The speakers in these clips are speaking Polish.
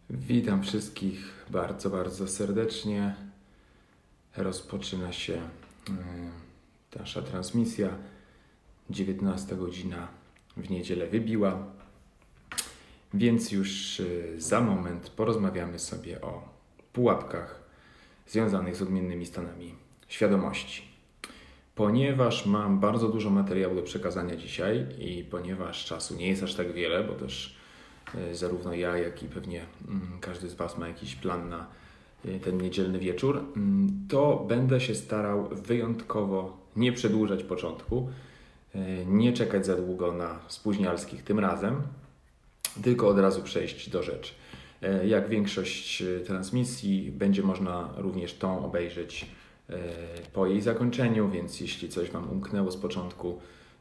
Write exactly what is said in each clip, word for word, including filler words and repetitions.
Witam wszystkich bardzo, bardzo serdecznie. Rozpoczyna się y, nasza transmisja. dziewiętnasta godzina w niedzielę wybiła, więc już y, za moment porozmawiamy sobie o pułapkach związanych z odmiennymi stanami świadomości. Ponieważ mam bardzo dużo materiału do przekazania dzisiaj i ponieważ czasu nie jest aż tak wiele, bo też zarówno ja, jak i pewnie każdy z Was ma jakiś plan na ten niedzielny wieczór, to będę się starał wyjątkowo nie przedłużać początku, nie czekać za długo na spóźnialskich tym razem, tylko od razu przejść do rzeczy. Jak większość transmisji, będzie można również tą obejrzeć po jej zakończeniu, więc jeśli coś Wam umknęło z początku,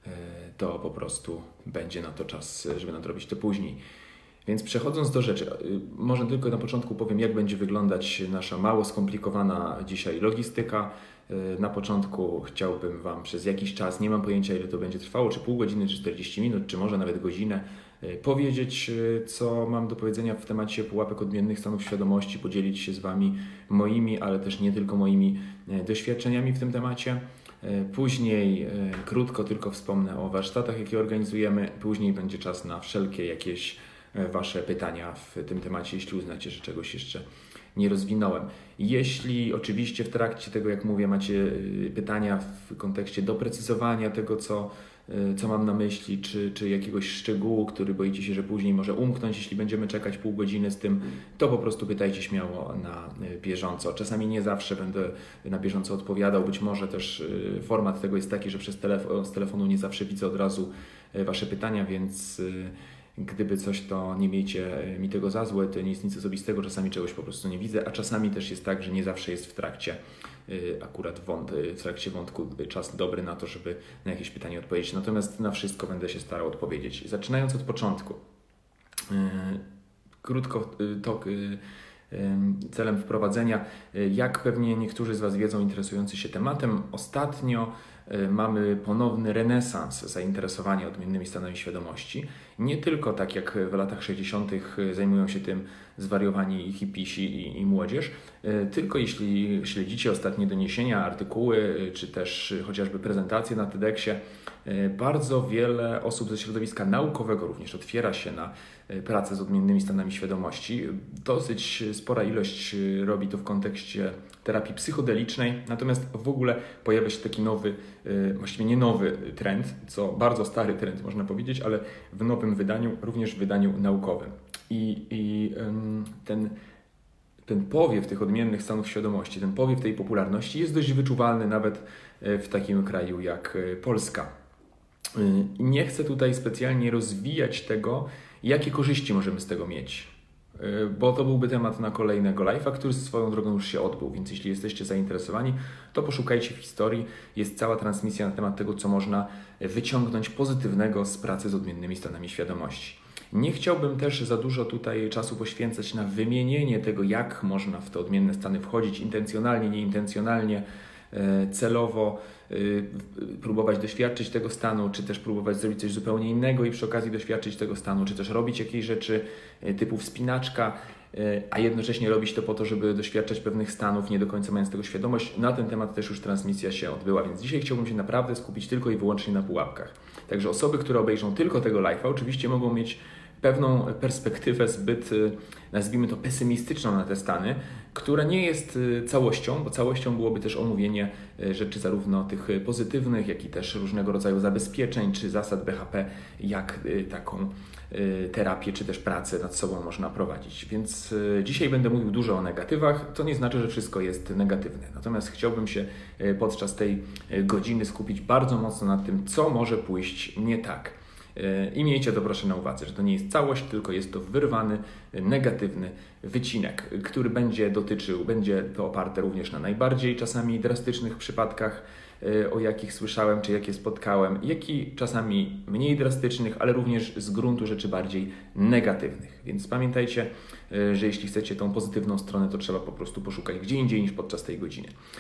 to po prostu będzie na to czas, żeby nadrobić to później. Więc przechodząc do rzeczy, może tylko na początku powiem, jak będzie wyglądać nasza mało skomplikowana dzisiaj logistyka. Na początku chciałbym Wam przez jakiś czas, nie mam pojęcia ile to będzie trwało, czy pół godziny, czy czterdzieści minut, czy może nawet godzinę, powiedzieć, co mam do powiedzenia w temacie pułapek odmiennych stanów świadomości, podzielić się z Wami moimi, ale też nie tylko moimi doświadczeniami w tym temacie. Później krótko tylko wspomnę o warsztatach, jakie organizujemy. Później będzie czas na wszelkie jakieś Wasze pytania w tym temacie, jeśli uznacie, że czegoś jeszcze nie rozwinąłem. Jeśli oczywiście w trakcie tego, jak mówię, macie pytania w kontekście doprecyzowania tego, co, co mam na myśli, czy, czy jakiegoś szczegółu, który boicie się, że później może umknąć, jeśli będziemy czekać pół godziny z tym, to po prostu pytajcie śmiało na bieżąco. Czasami nie zawsze będę na bieżąco odpowiadał, być może też format tego jest taki, że przez telefon, z telefonu nie zawsze widzę od razu Wasze pytania, więc gdyby coś, to nie miejcie mi tego za złe, to nie jest nic osobistego, czasami czegoś po prostu nie widzę, a czasami też jest tak, że nie zawsze jest w trakcie akurat wąt, w trakcie wątku czas dobry na to, żeby na jakieś pytanie odpowiedzieć. Natomiast na wszystko będę się starał odpowiedzieć. Zaczynając od początku. Krótko to celem wprowadzenia, jak pewnie niektórzy z Was wiedzą, interesujący się tematem, ostatnio mamy ponowny renesans zainteresowania odmiennymi stanami świadomości. Nie tylko tak jak w latach sześćdziesiątych zajmują się tym zwariowani hipisi i, i młodzież, tylko jeśli śledzicie ostatnie doniesienia, artykuły, czy też chociażby prezentacje na TEDxie, bardzo wiele osób ze środowiska naukowego również otwiera się na pracę z odmiennymi stanami świadomości. Dosyć spora ilość robi to w kontekście terapii psychodelicznej, natomiast w ogóle pojawia się taki nowy, właściwie nie nowy trend, co bardzo stary trend można powiedzieć, ale w nowym wydaniu, również w wydaniu naukowym. I, i ten, ten powiew tych odmiennych stanów świadomości, ten powiew tej popularności jest dość wyczuwalny nawet w takim kraju jak Polska. Nie chcę tutaj specjalnie rozwijać tego, jakie korzyści możemy z tego mieć, bo to byłby temat na kolejnego live'a, który swoją drogą już się odbył, więc jeśli jesteście zainteresowani, to poszukajcie w historii. Jest cała transmisja na temat tego, co można wyciągnąć pozytywnego z pracy z odmiennymi stanami świadomości. Nie chciałbym też za dużo tutaj czasu poświęcać na wymienienie tego, jak można w te odmienne stany wchodzić intencjonalnie, nieintencjonalnie, celowo próbować doświadczyć tego stanu, czy też próbować zrobić coś zupełnie innego i przy okazji doświadczyć tego stanu, czy też robić jakieś rzeczy typu wspinaczka, a jednocześnie robić to po to, żeby doświadczać pewnych stanów, nie do końca mając tego świadomość. Na ten temat też już transmisja się odbyła, więc dzisiaj chciałbym się naprawdę skupić tylko i wyłącznie na pułapkach. Także osoby, które obejrzą tylko tego live'a, oczywiście mogą mieć pewną perspektywę zbyt, nazwijmy to, pesymistyczną na te stany, która nie jest całością, bo całością byłoby też omówienie rzeczy zarówno tych pozytywnych, jak i też różnego rodzaju zabezpieczeń czy zasad B H P, jak taką terapię czy też pracę nad sobą można prowadzić. Więc dzisiaj będę mówił dużo o negatywach. To nie znaczy, że wszystko jest negatywne. Natomiast chciałbym się podczas tej godziny skupić bardzo mocno na tym, co może pójść nie tak. I miejcie to proszę na uwadze, że to nie jest całość, tylko jest to wyrwany, negatywny wycinek, który będzie dotyczył, będzie to oparte również na najbardziej czasami drastycznych przypadkach, o jakich słyszałem, czy jakie spotkałem, jak i czasami mniej drastycznych, ale również z gruntu rzeczy bardziej negatywnych. Więc pamiętajcie, że jeśli chcecie tą pozytywną stronę, to trzeba po prostu poszukać gdzie indziej niż podczas tej godziny.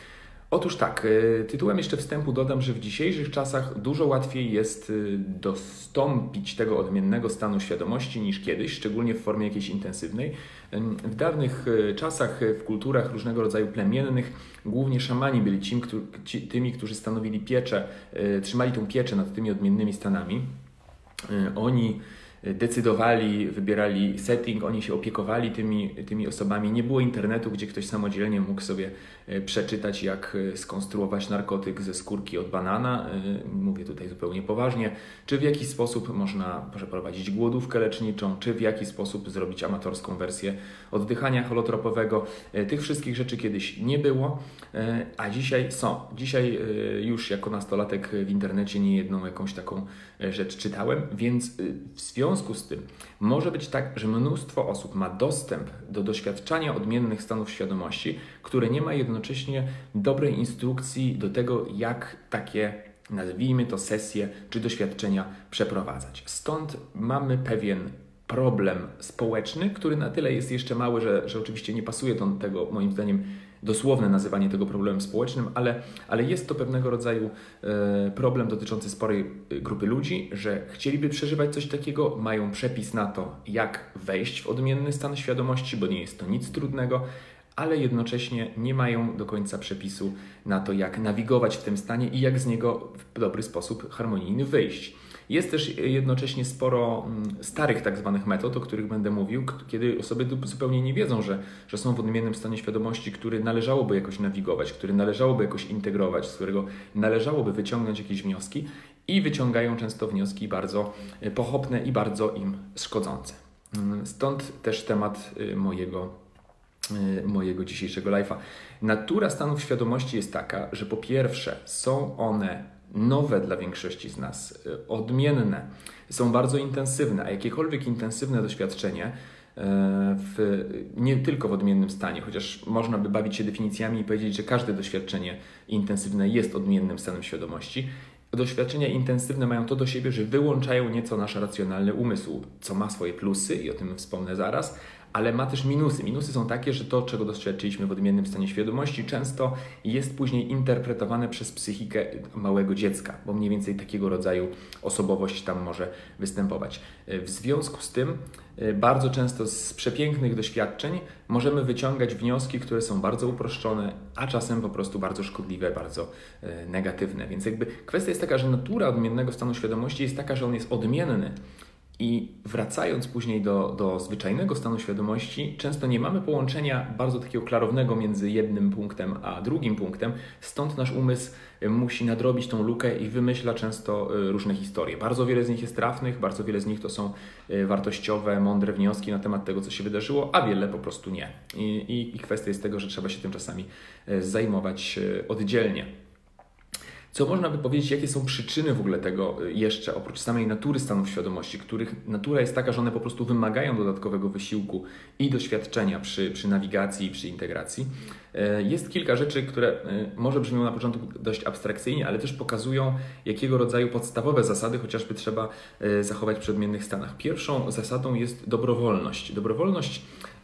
Otóż tak, y, tytułem jeszcze wstępu dodam, że w dzisiejszych czasach dużo łatwiej jest y, dostąpić tego odmiennego stanu świadomości niż kiedyś, szczególnie w formie jakiejś intensywnej. Ym, W dawnych y, czasach y, w kulturach różnego rodzaju plemiennych głównie szamani byli ci, którzy, ci, tymi, którzy stanowili pieczę, y, trzymali tą pieczę nad tymi odmiennymi stanami. Y, Oni decydowali, wybierali setting, oni się opiekowali tymi, tymi osobami. Nie było internetu, gdzie ktoś samodzielnie mógł sobie przeczytać, jak skonstruować narkotyk ze skórki od banana. Mówię tutaj zupełnie poważnie. Czy w jaki sposób można przeprowadzić głodówkę leczniczą, czy w jaki sposób zrobić amatorską wersję oddychania holotropowego. Tych wszystkich rzeczy kiedyś nie było, a dzisiaj są. Dzisiaj już jako nastolatek w internecie niejedną jakąś taką rzecz czytałem, więc w związku z tym może być tak, że mnóstwo osób ma dostęp do doświadczania odmiennych stanów świadomości, które nie ma jednocześnie dobrej instrukcji do tego, jak takie, nazwijmy to, sesje czy doświadczenia przeprowadzać. Stąd mamy pewien problem społeczny, który na tyle jest jeszcze mały, że, że oczywiście nie pasuje do tego, moim zdaniem, dosłowne nazywanie tego problemem społecznym, ale, ale jest to pewnego rodzaju e, problem dotyczący sporej grupy ludzi, że chcieliby przeżywać coś takiego, mają przepis na to, jak wejść w odmienny stan świadomości, bo nie jest to nic trudnego, ale jednocześnie nie mają do końca przepisu na to, jak nawigować w tym stanie i jak z niego w dobry sposób harmonijny wyjść. Jest też jednocześnie sporo starych tak zwanych metod, o których będę mówił, kiedy osoby zupełnie nie wiedzą, że, że są w odmiennym stanie świadomości, który należałoby jakoś nawigować, który należałoby jakoś integrować, z którego należałoby wyciągnąć jakieś wnioski i wyciągają często wnioski bardzo pochopne i bardzo im szkodzące. Stąd też temat mojego, mojego dzisiejszego live'a. Natura stanów świadomości jest taka, że po pierwsze są one nowe dla większości z nas, odmienne, są bardzo intensywne, a jakiekolwiek intensywne doświadczenie w, nie tylko w odmiennym stanie, chociaż można by bawić się definicjami i powiedzieć, że każde doświadczenie intensywne jest odmiennym stanem świadomości. Doświadczenia intensywne mają to do siebie, że wyłączają nieco nasz racjonalny umysł, co ma swoje plusy i o tym wspomnę zaraz, ale ma też minusy. Minusy są takie, że to, czego doświadczyliśmy w odmiennym stanie świadomości, często jest później interpretowane przez psychikę małego dziecka, bo mniej więcej takiego rodzaju osobowość tam może występować. W związku z tym bardzo często z przepięknych doświadczeń możemy wyciągać wnioski, które są bardzo uproszczone, a czasem po prostu bardzo szkodliwe, bardzo negatywne. Więc jakby kwestia jest taka, że natura odmiennego stanu świadomości jest taka, że on jest odmienny. I wracając później do, do zwyczajnego stanu świadomości, często nie mamy połączenia bardzo takiego klarownego między jednym punktem a drugim punktem, stąd nasz umysł musi nadrobić tą lukę i wymyśla często różne historie. Bardzo wiele z nich jest trafnych, bardzo wiele z nich to są wartościowe, mądre wnioski na temat tego, co się wydarzyło, a wiele po prostu nie. I, i, i kwestia jest tego, że trzeba się tym czasami zajmować oddzielnie. Co można by powiedzieć, jakie są przyczyny w ogóle tego jeszcze, oprócz samej natury stanów świadomości, których natura jest taka, że one po prostu wymagają dodatkowego wysiłku i doświadczenia przy, przy nawigacji i przy integracji. Jest kilka rzeczy, które może brzmią na początku dość abstrakcyjnie, ale też pokazują, jakiego rodzaju podstawowe zasady chociażby trzeba zachować przy odmiennych stanach. Pierwszą zasadą jest dobrowolność. Dobrowolność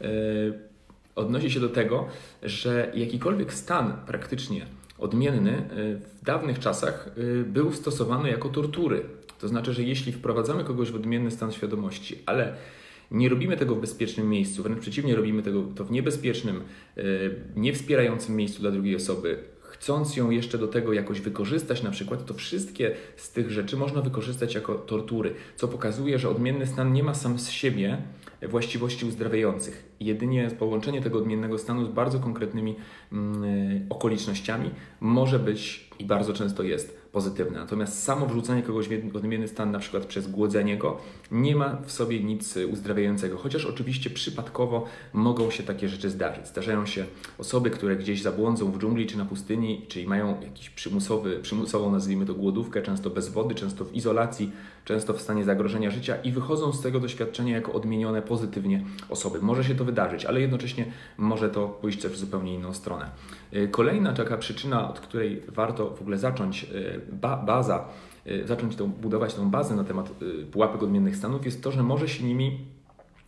odnosi się do tego, że jakikolwiek stan praktycznie odmienny w dawnych czasach był stosowany jako tortury. To znaczy, że jeśli wprowadzamy kogoś w odmienny stan świadomości, ale nie robimy tego w bezpiecznym miejscu, wręcz przeciwnie, robimy tego to w niebezpiecznym, niewspierającym miejscu dla drugiej osoby, chcąc ją jeszcze do tego jakoś wykorzystać na przykład, to wszystkie z tych rzeczy można wykorzystać jako tortury, co pokazuje, że odmienny stan nie ma sam z siebie właściwości uzdrawiających. Jedynie połączenie tego odmiennego stanu z bardzo konkretnymi mm, okolicznościami może być i bardzo często jest pozytywne. Natomiast samo wrzucanie kogoś w odmienny stan, na przykład przez głodzenie go, nie ma w sobie nic uzdrawiającego. Chociaż oczywiście przypadkowo mogą się takie rzeczy zdarzyć. Zdarzają się osoby, które gdzieś zabłądzą w dżungli czy na pustyni, czyli mają jakiś przymusowy, przymusową, nazwijmy to, głodówkę, często bez wody, często w izolacji, często w stanie zagrożenia życia i wychodzą z tego doświadczenia jako odmienione pozytywnie osoby. Może się to wydarzyć, ale jednocześnie może to pójść też w zupełnie inną stronę. Kolejna taka przyczyna, od której warto w ogóle zacząć, ba, baza, zacząć tą, budować tą bazę na temat pułapek odmiennych stanów, jest to, że może się nimi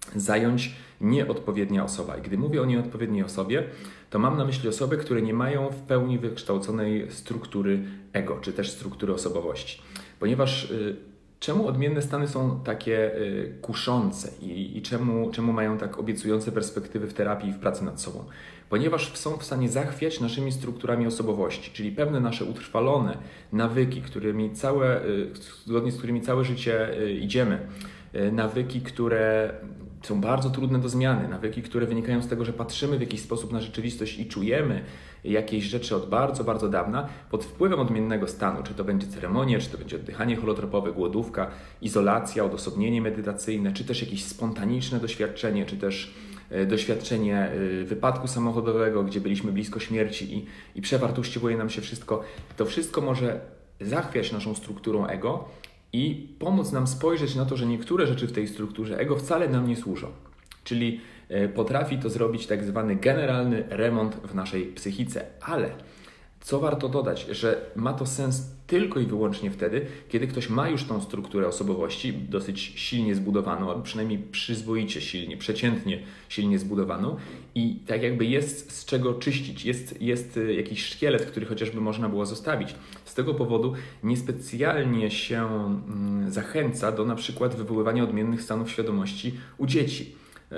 zająć nieodpowiednia osoba. I gdy mówię o nieodpowiedniej osobie, to mam na myśli osoby, które nie mają w pełni wykształconej struktury ego, czy też struktury osobowości. Ponieważ czemu odmienne stany są takie kuszące i, i czemu, czemu mają tak obiecujące perspektywy w terapii i w pracy nad sobą? Ponieważ są w stanie zachwiać naszymi strukturami osobowości, czyli pewne nasze utrwalone nawyki, którymi całe, zgodnie z którymi całe życie idziemy, nawyki, które są bardzo trudne do zmiany, nawyki, które wynikają z tego, że patrzymy w jakiś sposób na rzeczywistość i czujemy jakieś rzeczy od bardzo, bardzo dawna, pod wpływem odmiennego stanu, czy to będzie ceremonia, czy to będzie oddychanie holotropowe, głodówka, izolacja, odosobnienie medytacyjne, czy też jakieś spontaniczne doświadczenie, czy też doświadczenie wypadku samochodowego, gdzie byliśmy blisko śmierci i, i przewartościowuje nam się wszystko. To wszystko może zachwiać naszą strukturą ego i pomóc nam spojrzeć na to, że niektóre rzeczy w tej strukturze ego wcale nam nie służą. Czyli potrafi to zrobić tak zwany generalny remont w naszej psychice. Ale co warto dodać, że ma to sens tylko i wyłącznie wtedy, kiedy ktoś ma już tą strukturę osobowości dosyć silnie zbudowaną, albo przynajmniej przyzwoicie silnie, przeciętnie silnie zbudowaną i tak jakby jest z czego czyścić, jest, jest jakiś szkielet, który chociażby można było zostawić. Z tego powodu niespecjalnie się zachęca do na przykład wywoływania odmiennych stanów świadomości u dzieci.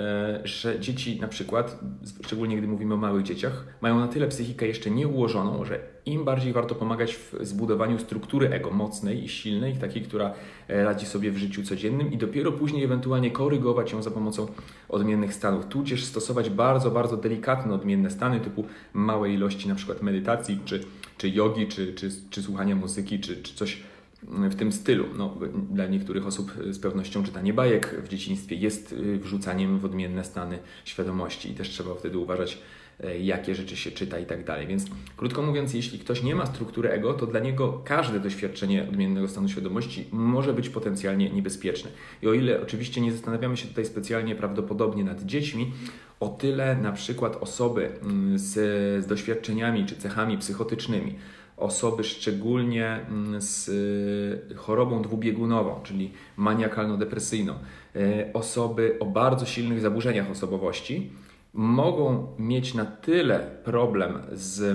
Że dzieci na przykład, szczególnie gdy mówimy o małych dzieciach, mają na tyle psychikę jeszcze nieułożoną, że im bardziej warto pomagać w zbudowaniu struktury ego mocnej i silnej, takiej, która radzi sobie w życiu codziennym i dopiero później ewentualnie korygować ją za pomocą odmiennych stanów, tudzież stosować bardzo, bardzo delikatne odmienne stany typu małej ilości na przykład medytacji, czy, czy jogi, czy, czy, czy słuchania muzyki, czy, czy coś w tym stylu. No, dla niektórych osób z pewnością czytanie bajek w dzieciństwie jest wrzucaniem w odmienne stany świadomości i też trzeba wtedy uważać, jakie rzeczy się czyta i tak dalej. Więc krótko mówiąc, jeśli ktoś nie ma struktury ego, to dla niego każde doświadczenie odmiennego stanu świadomości może być potencjalnie niebezpieczne. I o ile oczywiście nie zastanawiamy się tutaj specjalnie prawdopodobnie nad dziećmi, o tyle na przykład osoby z, z doświadczeniami czy cechami psychotycznymi, osoby szczególnie z chorobą dwubiegunową, czyli maniakalno-depresyjną, osoby o bardzo silnych zaburzeniach osobowości mogą mieć na tyle problem z,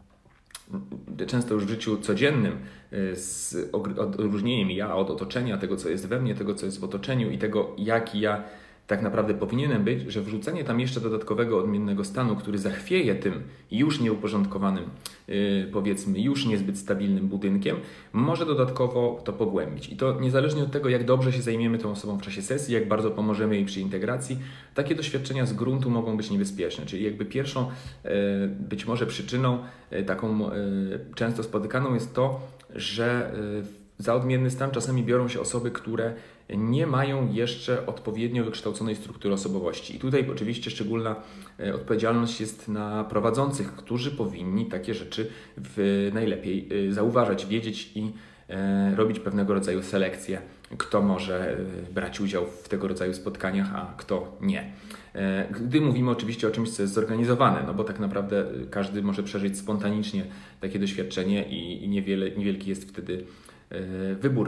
często już w życiu codziennym, z odróżnieniem ja od otoczenia, tego co jest we mnie, tego co jest w otoczeniu i tego jaki ja tak naprawdę powinienem być, że wrzucenie tam jeszcze dodatkowego odmiennego stanu, który zachwieje tym już nieuporządkowanym, yy, powiedzmy już niezbyt stabilnym budynkiem, może dodatkowo to pogłębić. I to niezależnie od tego, jak dobrze się zajmiemy tą osobą w czasie sesji, jak bardzo pomożemy jej przy integracji, takie doświadczenia z gruntu mogą być niebezpieczne. Czyli jakby pierwszą yy, być może przyczyną yy, taką yy, często spotykaną jest to, że yy, za odmienny stan czasami biorą się osoby, które nie mają jeszcze odpowiednio wykształconej struktury osobowości. I tutaj oczywiście szczególna odpowiedzialność jest na prowadzących, którzy powinni takie rzeczy w najlepiej zauważać, wiedzieć i robić pewnego rodzaju selekcję, kto może brać udział w tego rodzaju spotkaniach, a kto nie. Gdy mówimy oczywiście o czymś, co jest zorganizowane, no bo tak naprawdę każdy może przeżyć spontanicznie takie doświadczenie i niewiele, niewielki jest wtedy wybór.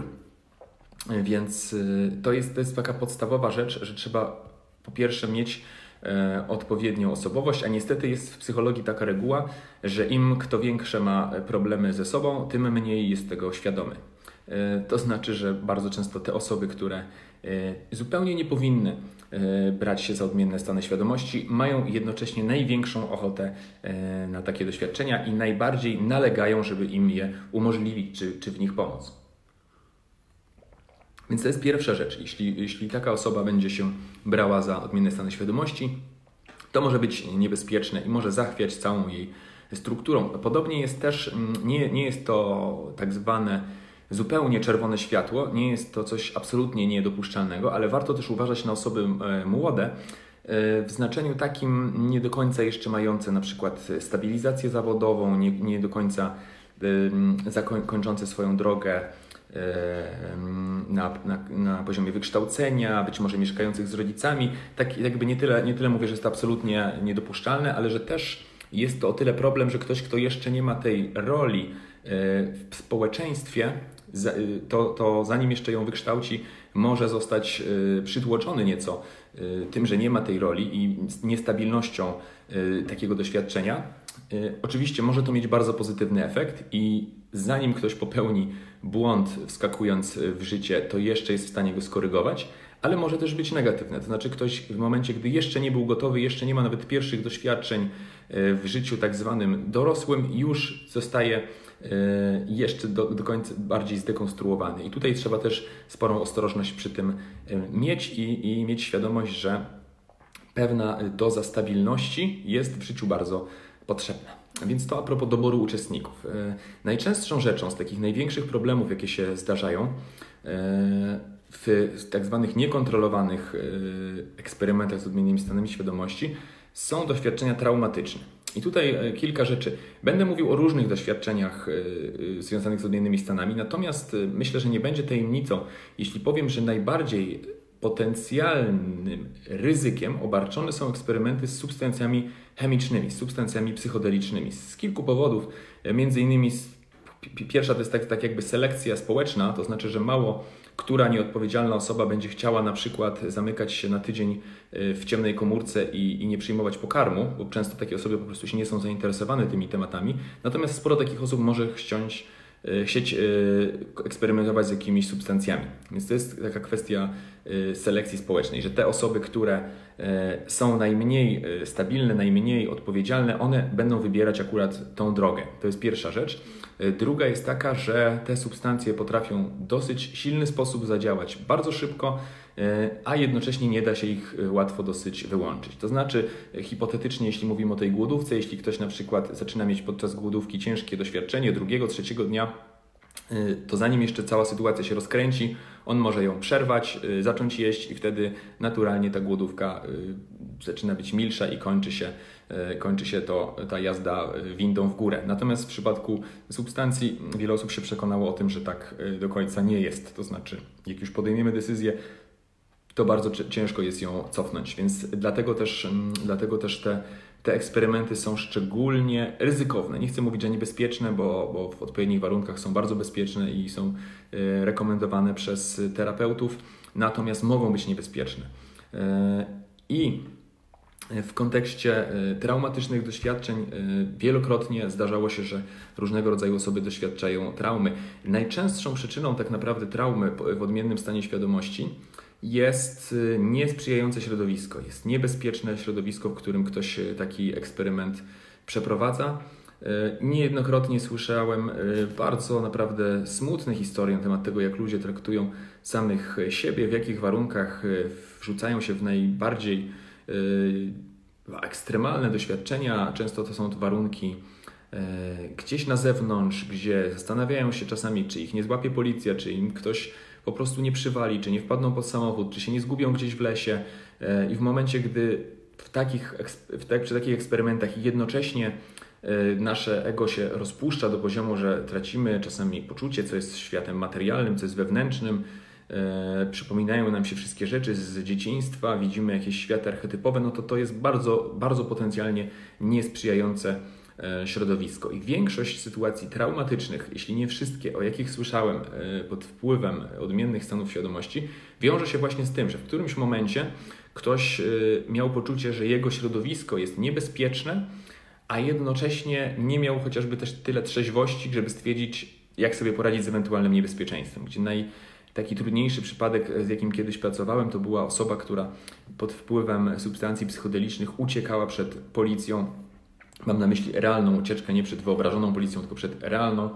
Więc to jest, to jest taka podstawowa rzecz, że trzeba po pierwsze mieć e, odpowiednią osobowość, a niestety jest w psychologii taka reguła, że im kto większe ma problemy ze sobą, tym mniej jest tego świadomy. E, to znaczy, że bardzo często te osoby, które e, zupełnie nie powinny e, brać się za odmienne stany świadomości, mają jednocześnie największą ochotę e, na takie doświadczenia i najbardziej nalegają, żeby im je umożliwić, czy, czy w nich pomóc. Więc to jest pierwsza rzecz. Jeśli, jeśli taka osoba będzie się brała za odmienne stany świadomości, to może być niebezpieczne i może zachwiać całą jej strukturą. Podobnie jest też, nie, nie jest to tak zwane zupełnie czerwone światło, nie jest to coś absolutnie niedopuszczalnego, ale warto też uważać na osoby młode, w znaczeniu takim nie do końca jeszcze mające na przykład stabilizację zawodową, nie, nie do końca zakończące swoją drogę Na, na, na poziomie wykształcenia, być może mieszkających z rodzicami. Tak jakby nie tyle, nie tyle mówię, że jest to absolutnie niedopuszczalne, ale że też jest to o tyle problem, że ktoś, kto jeszcze nie ma tej roli w społeczeństwie, to, to zanim jeszcze ją wykształci, może zostać przytłoczony nieco tym, że nie ma tej roli i niestabilnością takiego doświadczenia. Oczywiście może to mieć bardzo pozytywny efekt i zanim ktoś popełni błąd wskakując w życie, to jeszcze jest w stanie go skorygować, ale może też być negatywne. To znaczy ktoś w momencie, gdy jeszcze nie był gotowy, jeszcze nie ma nawet pierwszych doświadczeń w życiu tak zwanym dorosłym, już zostaje jeszcze do, do końca bardziej zdekonstruowany. I tutaj trzeba też sporą ostrożność przy tym mieć i, i mieć świadomość, że pewna doza stabilności jest w życiu bardzo potrzebna. Więc to a propos doboru uczestników. Najczęstszą rzeczą z takich największych problemów, jakie się zdarzają w tak zwanych niekontrolowanych eksperymentach z odmiennymi stanami świadomości, są doświadczenia traumatyczne. I tutaj kilka rzeczy. Będę mówił o różnych doświadczeniach związanych z odmiennymi stanami, natomiast myślę, że nie będzie tajemnicą, jeśli powiem, że najbardziej potencjalnym ryzykiem obarczone są eksperymenty z substancjami chemicznymi, z substancjami psychodelicznymi. Z kilku powodów, między innymi pierwsza to jest tak, tak jakby selekcja społeczna, to znaczy, że mało która nieodpowiedzialna osoba będzie chciała na przykład zamykać się na tydzień w ciemnej komórce i, i nie przyjmować pokarmu, bo często takie osoby po prostu się nie są zainteresowane tymi tematami. Natomiast sporo takich osób może chcieć, chcieć eksperymentować z jakimiś substancjami. Więc to jest taka kwestia selekcji społecznej, że te osoby, które są najmniej stabilne, najmniej odpowiedzialne, one będą wybierać akurat tą drogę. To jest pierwsza rzecz. Druga jest taka, że te substancje potrafią w dosyć silny sposób zadziałać bardzo szybko, a jednocześnie nie da się ich łatwo dosyć wyłączyć. To znaczy, hipotetycznie, jeśli mówimy o tej głodówce, jeśli ktoś na przykład zaczyna mieć podczas głodówki ciężkie doświadczenie, drugiego, trzeciego dnia, to zanim jeszcze cała sytuacja się rozkręci, on może ją przerwać, zacząć jeść i wtedy naturalnie ta głodówka zaczyna być milsza i kończy się, kończy się to, ta jazda windą w górę. Natomiast w przypadku substancji wiele osób się przekonało o tym, że tak do końca nie jest. To znaczy, jak już podejmiemy decyzję, to bardzo ciężko jest ją cofnąć, więc dlatego też, dlatego też te, te eksperymenty są szczególnie ryzykowne. Nie chcę mówić, że niebezpieczne, bo, bo w odpowiednich warunkach są bardzo bezpieczne i są rekomendowane przez terapeutów, natomiast mogą być niebezpieczne. I w kontekście traumatycznych doświadczeń wielokrotnie zdarzało się, że różnego rodzaju osoby doświadczają traumy. Najczęstszą przyczyną tak naprawdę traumy w odmiennym stanie świadomości jest niesprzyjające środowisko, jest niebezpieczne środowisko, w którym ktoś taki eksperyment przeprowadza. Niejednokrotnie słyszałem bardzo naprawdę smutne historie na temat tego, jak ludzie traktują samych siebie, w jakich warunkach wrzucają się w najbardziej ekstremalne doświadczenia. Często to są to warunki gdzieś na zewnątrz, gdzie zastanawiają się czasami, czy ich nie złapie policja, czy im ktoś po prostu nie przywali, czy nie wpadną pod samochód, czy się nie zgubią gdzieś w lesie. I w momencie, gdy w takich, w tak, przy takich eksperymentach jednocześnie nasze ego się rozpuszcza do poziomu, że tracimy czasami poczucie, co jest światem materialnym, co jest wewnętrznym, e, przypominają nam się wszystkie rzeczy z dzieciństwa, widzimy jakieś światy archetypowe, no to to jest bardzo, bardzo potencjalnie niesprzyjające środowisko. I większość sytuacji traumatycznych, jeśli nie wszystkie, o jakich słyszałem pod wpływem odmiennych stanów świadomości, wiąże się właśnie z tym, że w którymś momencie ktoś miał poczucie, że jego środowisko jest niebezpieczne, a jednocześnie nie miał chociażby też tyle trzeźwości, żeby stwierdzić, jak sobie poradzić z ewentualnym niebezpieczeństwem. Gdzie naj, taki trudniejszy przypadek, z jakim kiedyś pracowałem, to była osoba, która pod wpływem substancji psychodelicznych uciekała przed policją. Mam na myśli realną ucieczkę, nie przed wyobrażoną policją, tylko przed realną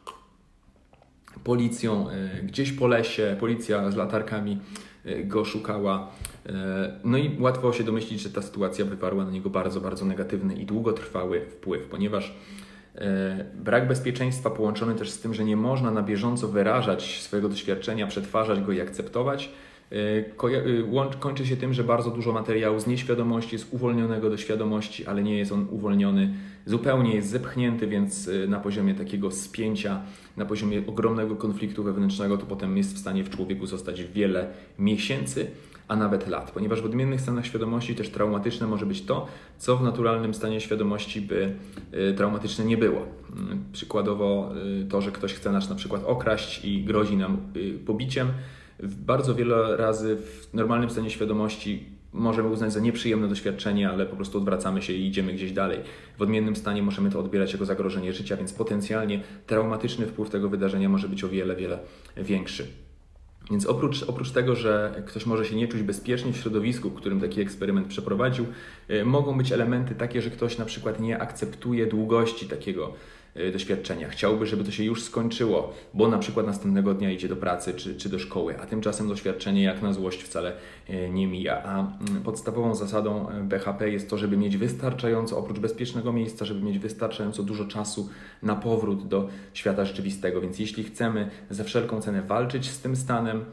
policją. Gdzieś po lesie, policja z latarkami go szukała. No i łatwo się domyślić, że ta sytuacja wywarła na niego bardzo, bardzo negatywny i długotrwały wpływ, ponieważ brak bezpieczeństwa połączony też z tym, że nie można na bieżąco wyrażać swojego doświadczenia, przetwarzać go i akceptować, kończy się tym, że bardzo dużo materiału z nieświadomości jest uwolnionego do świadomości, ale nie jest on uwolniony zupełnie, jest zepchnięty, więc na poziomie takiego spięcia, na poziomie ogromnego konfliktu wewnętrznego to potem jest w stanie w człowieku zostać wiele miesięcy, a nawet lat, ponieważ w odmiennych stanach świadomości też traumatyczne może być to, co w naturalnym stanie świadomości by traumatyczne nie było. Przykładowo to, że ktoś chce nas na przykład okraść i grozi nam pobiciem, bardzo wiele razy w normalnym stanie świadomości możemy uznać za nieprzyjemne doświadczenie, ale po prostu odwracamy się i idziemy gdzieś dalej. W odmiennym stanie możemy to odbierać jako zagrożenie życia, więc potencjalnie traumatyczny wpływ tego wydarzenia może być o wiele, wiele większy. Więc oprócz, oprócz tego, że ktoś może się nie czuć bezpiecznie w środowisku, w którym taki eksperyment przeprowadził, mogą być elementy takie, że ktoś na przykład nie akceptuje długości takiego doświadczenia. Chciałby, żeby to się już skończyło, bo na przykład następnego dnia idzie do pracy czy, czy do szkoły, a tymczasem doświadczenie jak na złość wcale nie mija. A podstawową zasadą B H P jest to, żeby mieć wystarczająco, oprócz bezpiecznego miejsca, żeby mieć wystarczająco dużo czasu na powrót do świata rzeczywistego. Więc jeśli chcemy za wszelką cenę walczyć z tym stanem,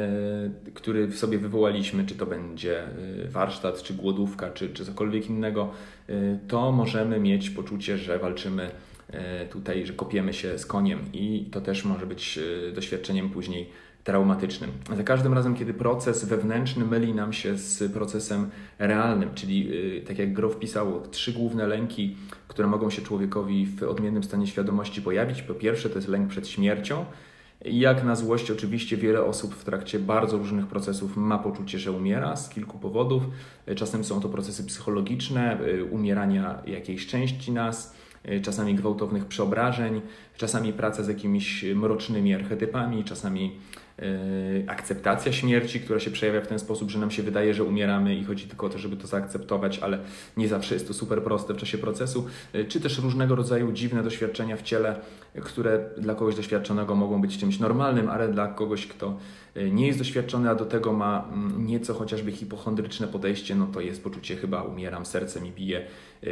który w sobie wywołaliśmy, czy to będzie warsztat, czy głodówka, czy, czy cokolwiek innego, to możemy mieć poczucie, że walczymy tutaj, że kopiemy się z koniem i to też może być doświadczeniem później traumatycznym. Za każdym razem, kiedy proces wewnętrzny myli nam się z procesem realnym, czyli tak jak Grof pisało, trzy główne lęki, które mogą się człowiekowi w odmiennym stanie świadomości pojawić. Po pierwsze to jest lęk przed śmiercią. Jak na złość oczywiście wiele osób w trakcie bardzo różnych procesów ma poczucie, że umiera z kilku powodów. Czasem są to procesy psychologiczne, umierania jakiejś części nas, czasami gwałtownych przeobrażeń, czasami praca z jakimiś mrocznymi archetypami, czasami yy, akceptacja śmierci, która się przejawia w ten sposób, że nam się wydaje, że umieramy i chodzi tylko o to, żeby to zaakceptować, ale nie zawsze jest to super proste w czasie procesu, yy, czy też różnego rodzaju dziwne doświadczenia w ciele, które dla kogoś doświadczonego mogą być czymś normalnym, ale dla kogoś, kto nie jest doświadczony, a do tego ma nieco chociażby hipochondryczne podejście, no to jest poczucie chyba umieram, serce mi bije,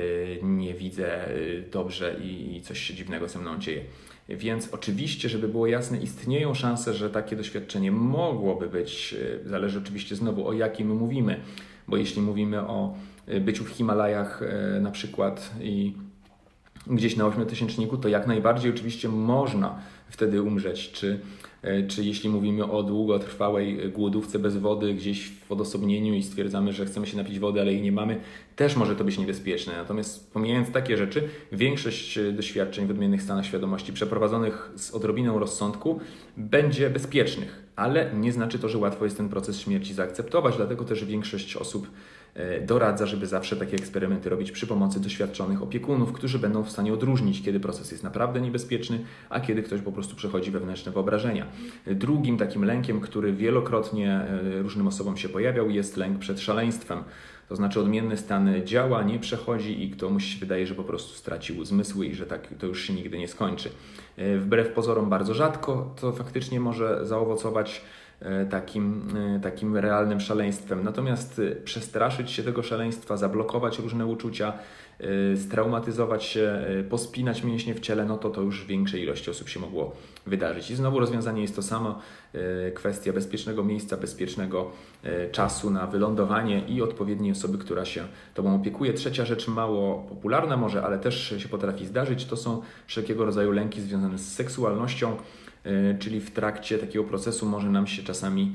nie widzę dobrze i coś się dziwnego ze mną dzieje. Więc oczywiście, żeby było jasne, istnieją szanse, że takie doświadczenie mogłoby być, zależy oczywiście znowu o jakim mówimy, bo jeśli mówimy o byciu w Himalajach na przykład i gdzieś na ośmiotysięczniku, to jak najbardziej oczywiście można wtedy umrzeć, czy, czy jeśli mówimy o długotrwałej głodówce bez wody gdzieś w odosobnieniu i stwierdzamy, że chcemy się napić wody, ale jej nie mamy, też może to być niebezpieczne. Natomiast pomijając takie rzeczy, większość doświadczeń w odmiennych stanach świadomości przeprowadzonych z odrobiną rozsądku będzie bezpiecznych, ale nie znaczy to, że łatwo jest ten proces śmierci zaakceptować, dlatego też większość osób doradza, żeby zawsze takie eksperymenty robić przy pomocy doświadczonych opiekunów, którzy będą w stanie odróżnić, kiedy proces jest naprawdę niebezpieczny, a kiedy ktoś po prostu przechodzi wewnętrzne wyobrażenia. Drugim takim lękiem, który wielokrotnie różnym osobom się pojawiał, jest lęk przed szaleństwem. To znaczy odmienny stan działa, nie przechodzi i komuś się wydaje, że po prostu stracił zmysły i że tak to już się nigdy nie skończy. Wbrew pozorom bardzo rzadko to faktycznie może zaowocować takim, takim realnym szaleństwem. Natomiast przestraszyć się tego szaleństwa, zablokować różne uczucia, straumatyzować się, pospinać mięśnie w ciele, no to to już w większej ilości osób się mogło wydarzyć. I znowu rozwiązanie jest to samo, kwestia bezpiecznego miejsca, bezpiecznego czasu na wylądowanie i odpowiedniej osoby, która się tobą opiekuje. Trzecia rzecz, mało popularna może, ale też się potrafi zdarzyć, to są wszelkiego rodzaju lęki związane z seksualnością, czyli w trakcie takiego procesu może nam się czasami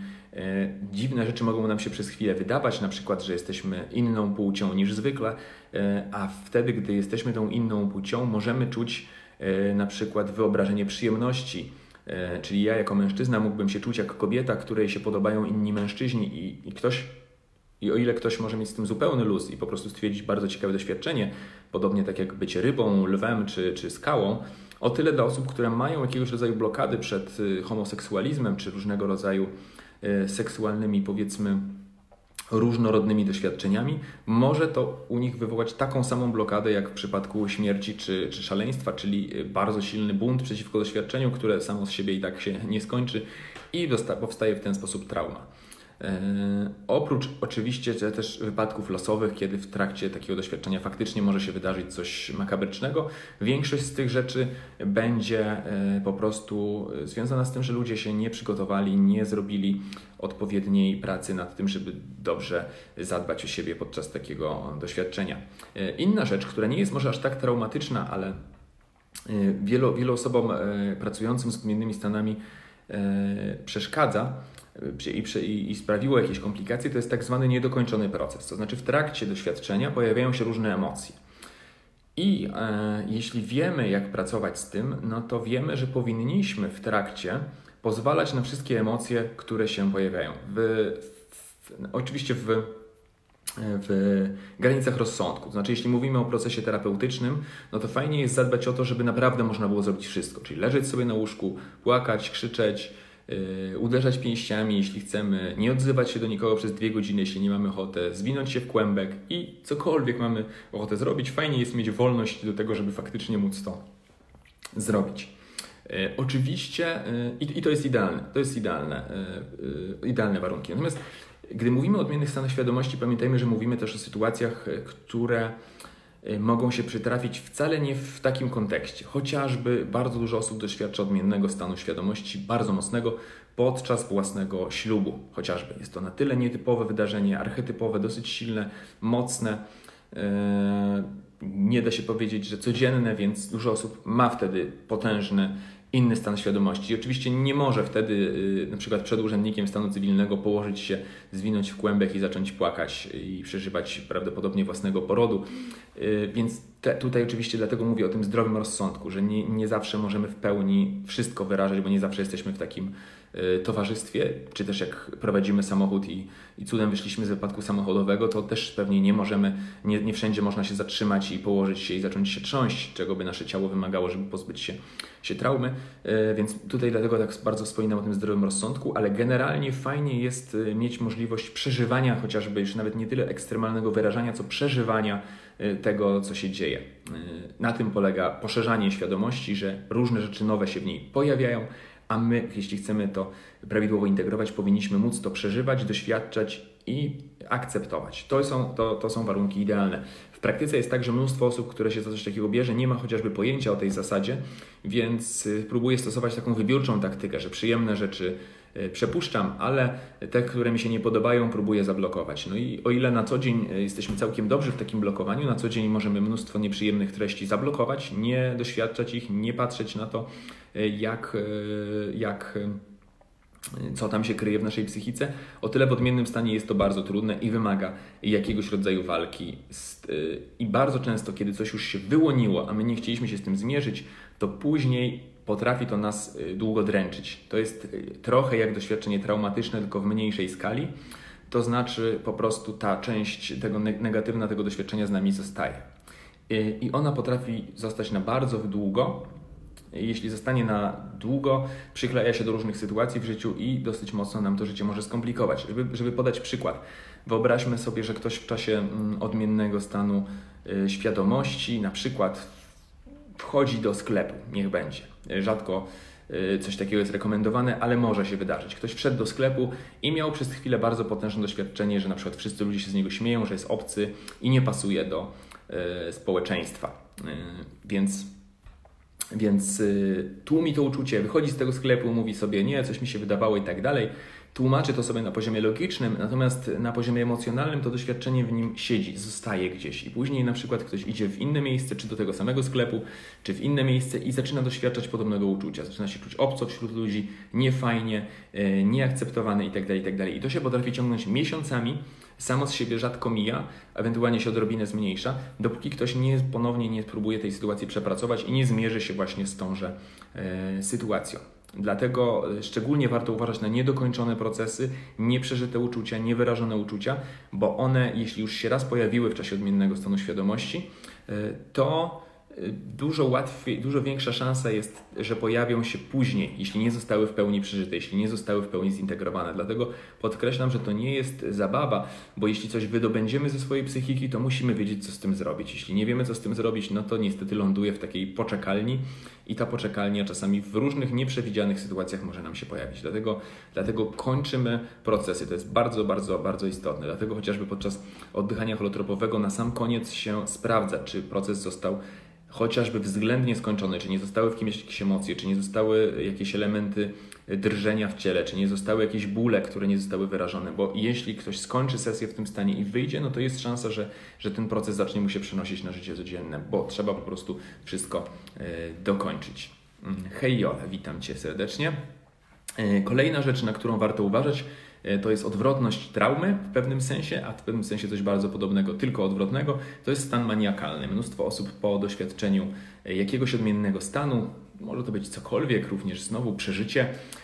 dziwne rzeczy mogą nam się przez chwilę wydawać, na przykład, że jesteśmy inną płcią niż zwykle, a wtedy, gdy jesteśmy tą inną płcią, możemy czuć na przykład wyobrażenie przyjemności, czyli ja jako mężczyzna mógłbym się czuć jak kobieta, której się podobają inni mężczyźni i, i ktoś I o ile ktoś może mieć z tym zupełny luz i po prostu stwierdzić bardzo ciekawe doświadczenie, podobnie tak jak bycie rybą, lwem czy, czy skałą, o tyle dla osób, które mają jakiegoś rodzaju blokady przed homoseksualizmem czy różnego rodzaju seksualnymi, powiedzmy, różnorodnymi doświadczeniami, może to u nich wywołać taką samą blokadę jak w przypadku śmierci czy, czy szaleństwa, czyli bardzo silny bunt przeciwko doświadczeniu, które samo z siebie i tak się nie skończy i powstaje w ten sposób trauma. Yy, oprócz oczywiście też wypadków losowych, kiedy w trakcie takiego doświadczenia faktycznie może się wydarzyć coś makabrycznego, większość z tych rzeczy będzie yy, po prostu związana z tym, że ludzie się nie przygotowali, nie zrobili odpowiedniej pracy nad tym, żeby dobrze zadbać o siebie podczas takiego doświadczenia. Yy, inna rzecz, która nie jest może aż tak traumatyczna, ale yy, wielu, wielu osobom yy, pracującym z odmiennymi stanami yy, przeszkadza, I, i sprawiło jakieś komplikacje, to jest tak zwany niedokończony proces. To znaczy w trakcie doświadczenia pojawiają się różne emocje. I e, jeśli wiemy, jak pracować z tym, no to wiemy, że powinniśmy w trakcie pozwalać na wszystkie emocje, które się pojawiają. W, w, oczywiście w, w granicach rozsądku. To znaczy, jeśli mówimy o procesie terapeutycznym, no to fajnie jest zadbać o to, żeby naprawdę można było zrobić wszystko. Czyli leżeć sobie na łóżku, płakać, krzyczeć, Yy, uderzać pięściami, jeśli chcemy, nie odzywać się do nikogo przez dwie godziny, jeśli nie mamy ochotę, zwinąć się w kłębek i cokolwiek mamy ochotę zrobić. Fajnie jest mieć wolność do tego, żeby faktycznie móc to zrobić. Yy, oczywiście, yy, i to jest idealne, to jest idealne, yy, yy, idealne warunki. Natomiast gdy mówimy o odmiennych stanach świadomości, pamiętajmy, że mówimy też o sytuacjach, które mogą się przytrafić wcale nie w takim kontekście. Chociażby bardzo dużo osób doświadcza odmiennego stanu świadomości, bardzo mocnego, podczas własnego ślubu. Chociażby jest to na tyle nietypowe wydarzenie, archetypowe, dosyć silne, mocne. Nie da się powiedzieć, że codzienne, więc dużo osób ma wtedy potężny inny stan świadomości. I oczywiście nie może wtedy na przykład przed urzędnikiem stanu cywilnego położyć się, zwinąć w kłębek i zacząć płakać i przeżywać prawdopodobnie własnego porodu. Więc te, tutaj oczywiście dlatego mówię o tym zdrowym rozsądku, że nie, nie zawsze możemy w pełni wszystko wyrażać, bo nie zawsze jesteśmy w takim towarzystwie, czy też jak prowadzimy samochód i, i cudem wyszliśmy z wypadku samochodowego, to też pewnie nie możemy, nie, nie wszędzie można się zatrzymać i położyć się i zacząć się trząść, czego by nasze ciało wymagało, żeby pozbyć się, się traumy, więc tutaj dlatego tak bardzo wspominam o tym zdrowym rozsądku, ale generalnie fajnie jest mieć możliwość przeżywania chociażby już nawet nie tyle ekstremalnego wyrażania, co przeżywania tego, co się dzieje. Na tym polega poszerzanie świadomości, że różne rzeczy nowe się w niej pojawiają, a my, jeśli chcemy to prawidłowo integrować, powinniśmy móc to przeżywać, doświadczać i akceptować. To są, to, to są warunki idealne. W praktyce jest tak, że mnóstwo osób, które się za coś takiego bierze, nie ma chociażby pojęcia o tej zasadzie, więc próbuje stosować taką wybiórczą taktykę, że przyjemne rzeczy przepuszczam, ale te, które mi się nie podobają, próbuję zablokować. No i o ile na co dzień jesteśmy całkiem dobrzy w takim blokowaniu, na co dzień możemy mnóstwo nieprzyjemnych treści zablokować, nie doświadczać ich, nie patrzeć na to, jak, jak, co tam się kryje w naszej psychice, o tyle w odmiennym stanie jest to bardzo trudne i wymaga jakiegoś rodzaju walki. I bardzo często, kiedy coś już się wyłoniło, a my nie chcieliśmy się z tym zmierzyć, to później potrafi to nas długo dręczyć. To jest trochę jak doświadczenie traumatyczne, tylko w mniejszej skali. To znaczy po prostu ta część tego negatywna tego doświadczenia z nami zostaje. I ona potrafi zostać na bardzo długo. Jeśli zostanie na długo, przykleja się do różnych sytuacji w życiu i dosyć mocno nam to życie może skomplikować. Żeby, żeby podać przykład, wyobraźmy sobie, że ktoś w czasie odmiennego stanu świadomości na przykład wchodzi do sklepu, niech będzie. Rzadko coś takiego jest rekomendowane, ale może się wydarzyć. Ktoś wszedł do sklepu i miał przez chwilę bardzo potężne doświadczenie, że na przykład wszyscy ludzie się z niego śmieją, że jest obcy i nie pasuje do y, społeczeństwa. Y, więc więc y, tłumi to uczucie, wychodzi z tego sklepu, mówi sobie nie, coś mi się wydawało i tak dalej. Tłumaczy to sobie na poziomie logicznym, natomiast na poziomie emocjonalnym to doświadczenie w nim siedzi, zostaje gdzieś. I później na przykład ktoś idzie w inne miejsce, czy do tego samego sklepu, czy w inne miejsce i zaczyna doświadczać podobnego uczucia. Zaczyna się czuć obco wśród ludzi, niefajnie, yy, nieakceptowany itd., itd. I to się potrafi ciągnąć miesiącami, samo z siebie rzadko mija, ewentualnie się odrobinę zmniejsza, dopóki ktoś nie, ponownie nie próbuje tej sytuacji przepracować i nie zmierzy się właśnie z tąże yy, sytuacją. Dlatego szczególnie warto uważać na niedokończone procesy, nieprzeżyte uczucia, niewyrażone uczucia, bo one, jeśli już się raz pojawiły w czasie odmiennego stanu świadomości, to dużo łatwiej, dużo większa szansa jest, że pojawią się później, jeśli nie zostały w pełni przeżyte, jeśli nie zostały w pełni zintegrowane. Dlatego podkreślam, że to nie jest zabawa, bo jeśli coś wydobędziemy ze swojej psychiki, to musimy wiedzieć, co z tym zrobić. Jeśli nie wiemy, co z tym zrobić, no to niestety ląduje w takiej poczekalni i ta poczekalnia czasami w różnych nieprzewidzianych sytuacjach może nam się pojawić. Dlatego, dlatego kończymy procesy. To jest bardzo, bardzo, bardzo istotne. Dlatego chociażby podczas oddychania holotropowego na sam koniec się sprawdza, czy proces został chociażby względnie skończone, czy nie zostały w kimś jakieś emocje, czy nie zostały jakieś elementy drżenia w ciele, czy nie zostały jakieś bóle, które nie zostały wyrażone, bo jeśli ktoś skończy sesję w tym stanie i wyjdzie, no to jest szansa, że, że ten proces zacznie mu się przenosić na życie codzienne, bo trzeba po prostu wszystko y, dokończyć. Hej Jola, witam Cię serdecznie. Y, kolejna rzecz, na którą warto uważać, to jest odwrotność traumy w pewnym sensie, a w pewnym sensie coś bardzo podobnego, tylko odwrotnego, to jest stan maniakalny. Mnóstwo osób po doświadczeniu jakiegoś odmiennego stanu, może to być cokolwiek, również znowu przeżycie,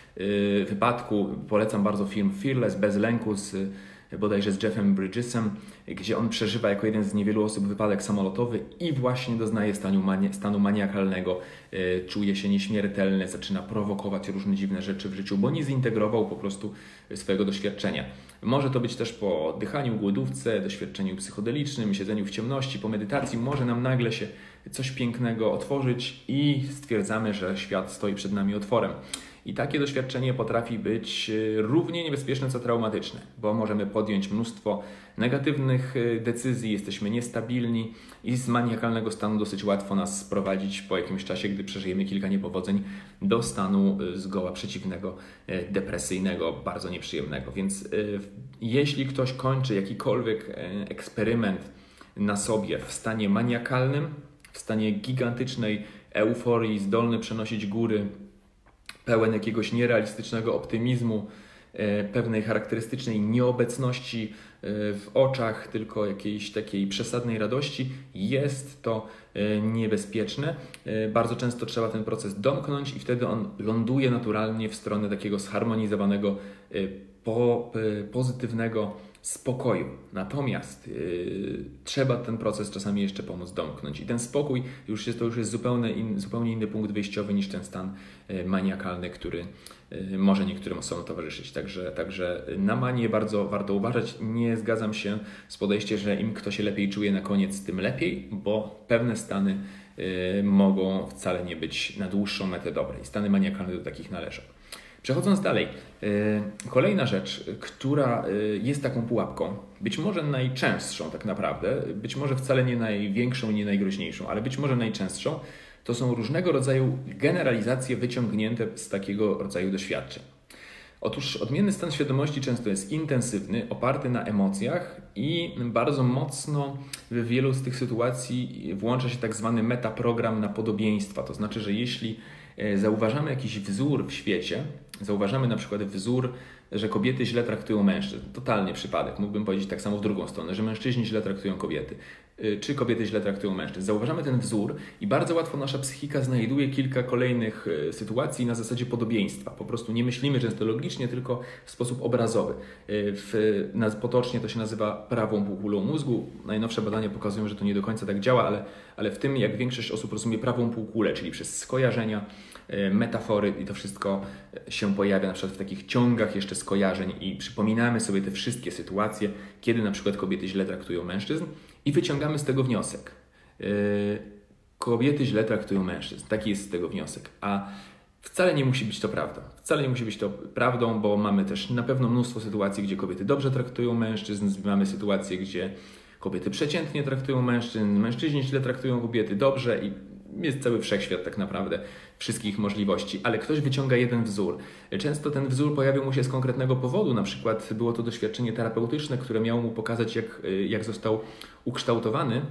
wypadku. Polecam bardzo film Fearless, Bez lęku, z, bodajże z Jeffem Bridgesem, gdzie on przeżywa jako jeden z niewielu osób wypadek samolotowy i właśnie doznaje stanu, mani- stanu maniakalnego. Czuje się nieśmiertelny, zaczyna prowokować różne dziwne rzeczy w życiu, bo nie zintegrował po prostu swojego doświadczenia. Może to być też po oddychaniu, głodówce, doświadczeniu psychodelicznym, siedzeniu w ciemności, po medytacji. Może nam nagle się coś pięknego otworzyć i stwierdzamy, że świat stoi przed nami otworem. I takie doświadczenie potrafi być równie niebezpieczne co traumatyczne, bo możemy podjąć mnóstwo negatywnych decyzji, jesteśmy niestabilni i z maniakalnego stanu dosyć łatwo nas sprowadzić po jakimś czasie, gdy przeżyjemy kilka niepowodzeń, do stanu zgoła przeciwnego, depresyjnego, bardzo nieprzyjemnego. Więc jeśli ktoś kończy jakikolwiek eksperyment na sobie w stanie maniakalnym, w stanie gigantycznej euforii, zdolny przenosić góry, pełen jakiegoś nierealistycznego optymizmu, pewnej charakterystycznej nieobecności w oczach, tylko jakiejś takiej przesadnej radości, jest to niebezpieczne. Bardzo często trzeba ten proces domknąć i wtedy on ląduje naturalnie w stronę takiego zharmonizowanego, po, pozytywnego spokoju. Natomiast yy, trzeba ten proces czasami jeszcze pomóc domknąć. I ten spokój już jest, to już jest zupełnie, in, zupełnie inny punkt wyjściowy niż ten stan yy, maniakalny, który yy, może niektórym osobom towarzyszyć. Także, także na manię bardzo warto uważać. Nie zgadzam się z podejściem, że im kto się lepiej czuje na koniec, tym lepiej, bo pewne stany yy, mogą wcale nie być na dłuższą metę dobre. I stany maniakalne do takich należą. Przechodząc dalej, kolejna rzecz, która jest taką pułapką, być może najczęstszą tak naprawdę, być może wcale nie największą i nie najgroźniejszą, ale być może najczęstszą, to są różnego rodzaju generalizacje wyciągnięte z takiego rodzaju doświadczeń. Otóż odmienny stan świadomości często jest intensywny, oparty na emocjach i bardzo mocno w wielu z tych sytuacji włącza się tak zwany metaprogram na podobieństwa. To znaczy, że jeśli zauważamy jakiś wzór w świecie, zauważamy na przykład wzór, że kobiety źle traktują mężczyzn. Totalnie przypadek. Mógłbym powiedzieć tak samo w drugą stronę, że mężczyźni źle traktują kobiety. Czy kobiety źle traktują mężczyzn. Zauważamy ten wzór i bardzo łatwo nasza psychika znajduje kilka kolejnych sytuacji na zasadzie podobieństwa. Po prostu nie myślimy często logicznie, tylko w sposób obrazowy. W, na, potocznie to się nazywa prawą półkulą mózgu. Najnowsze badania pokazują, że to nie do końca tak działa, ale, ale w tym, jak większość osób rozumie prawą półkulę, czyli przez skojarzenia, metafory i to wszystko się pojawia na przykład w takich ciągach jeszcze skojarzeń i przypominamy sobie te wszystkie sytuacje, kiedy na przykład kobiety źle traktują mężczyzn i wyciągamy z tego wniosek. Yy, kobiety źle traktują mężczyzn. Taki jest z tego wniosek. A wcale nie musi być to prawdą. Wcale nie musi być to prawdą, bo mamy też na pewno mnóstwo sytuacji, gdzie kobiety dobrze traktują mężczyzn, mamy sytuacje, gdzie kobiety przeciętnie traktują mężczyzn, mężczyźni źle traktują kobiety dobrze i jest cały wszechświat tak naprawdę wszystkich możliwości, ale ktoś wyciąga jeden wzór. Często ten wzór pojawił mu się z konkretnego powodu, na przykład było to doświadczenie terapeutyczne, które miało mu pokazać, jak, jak został ukształtowany.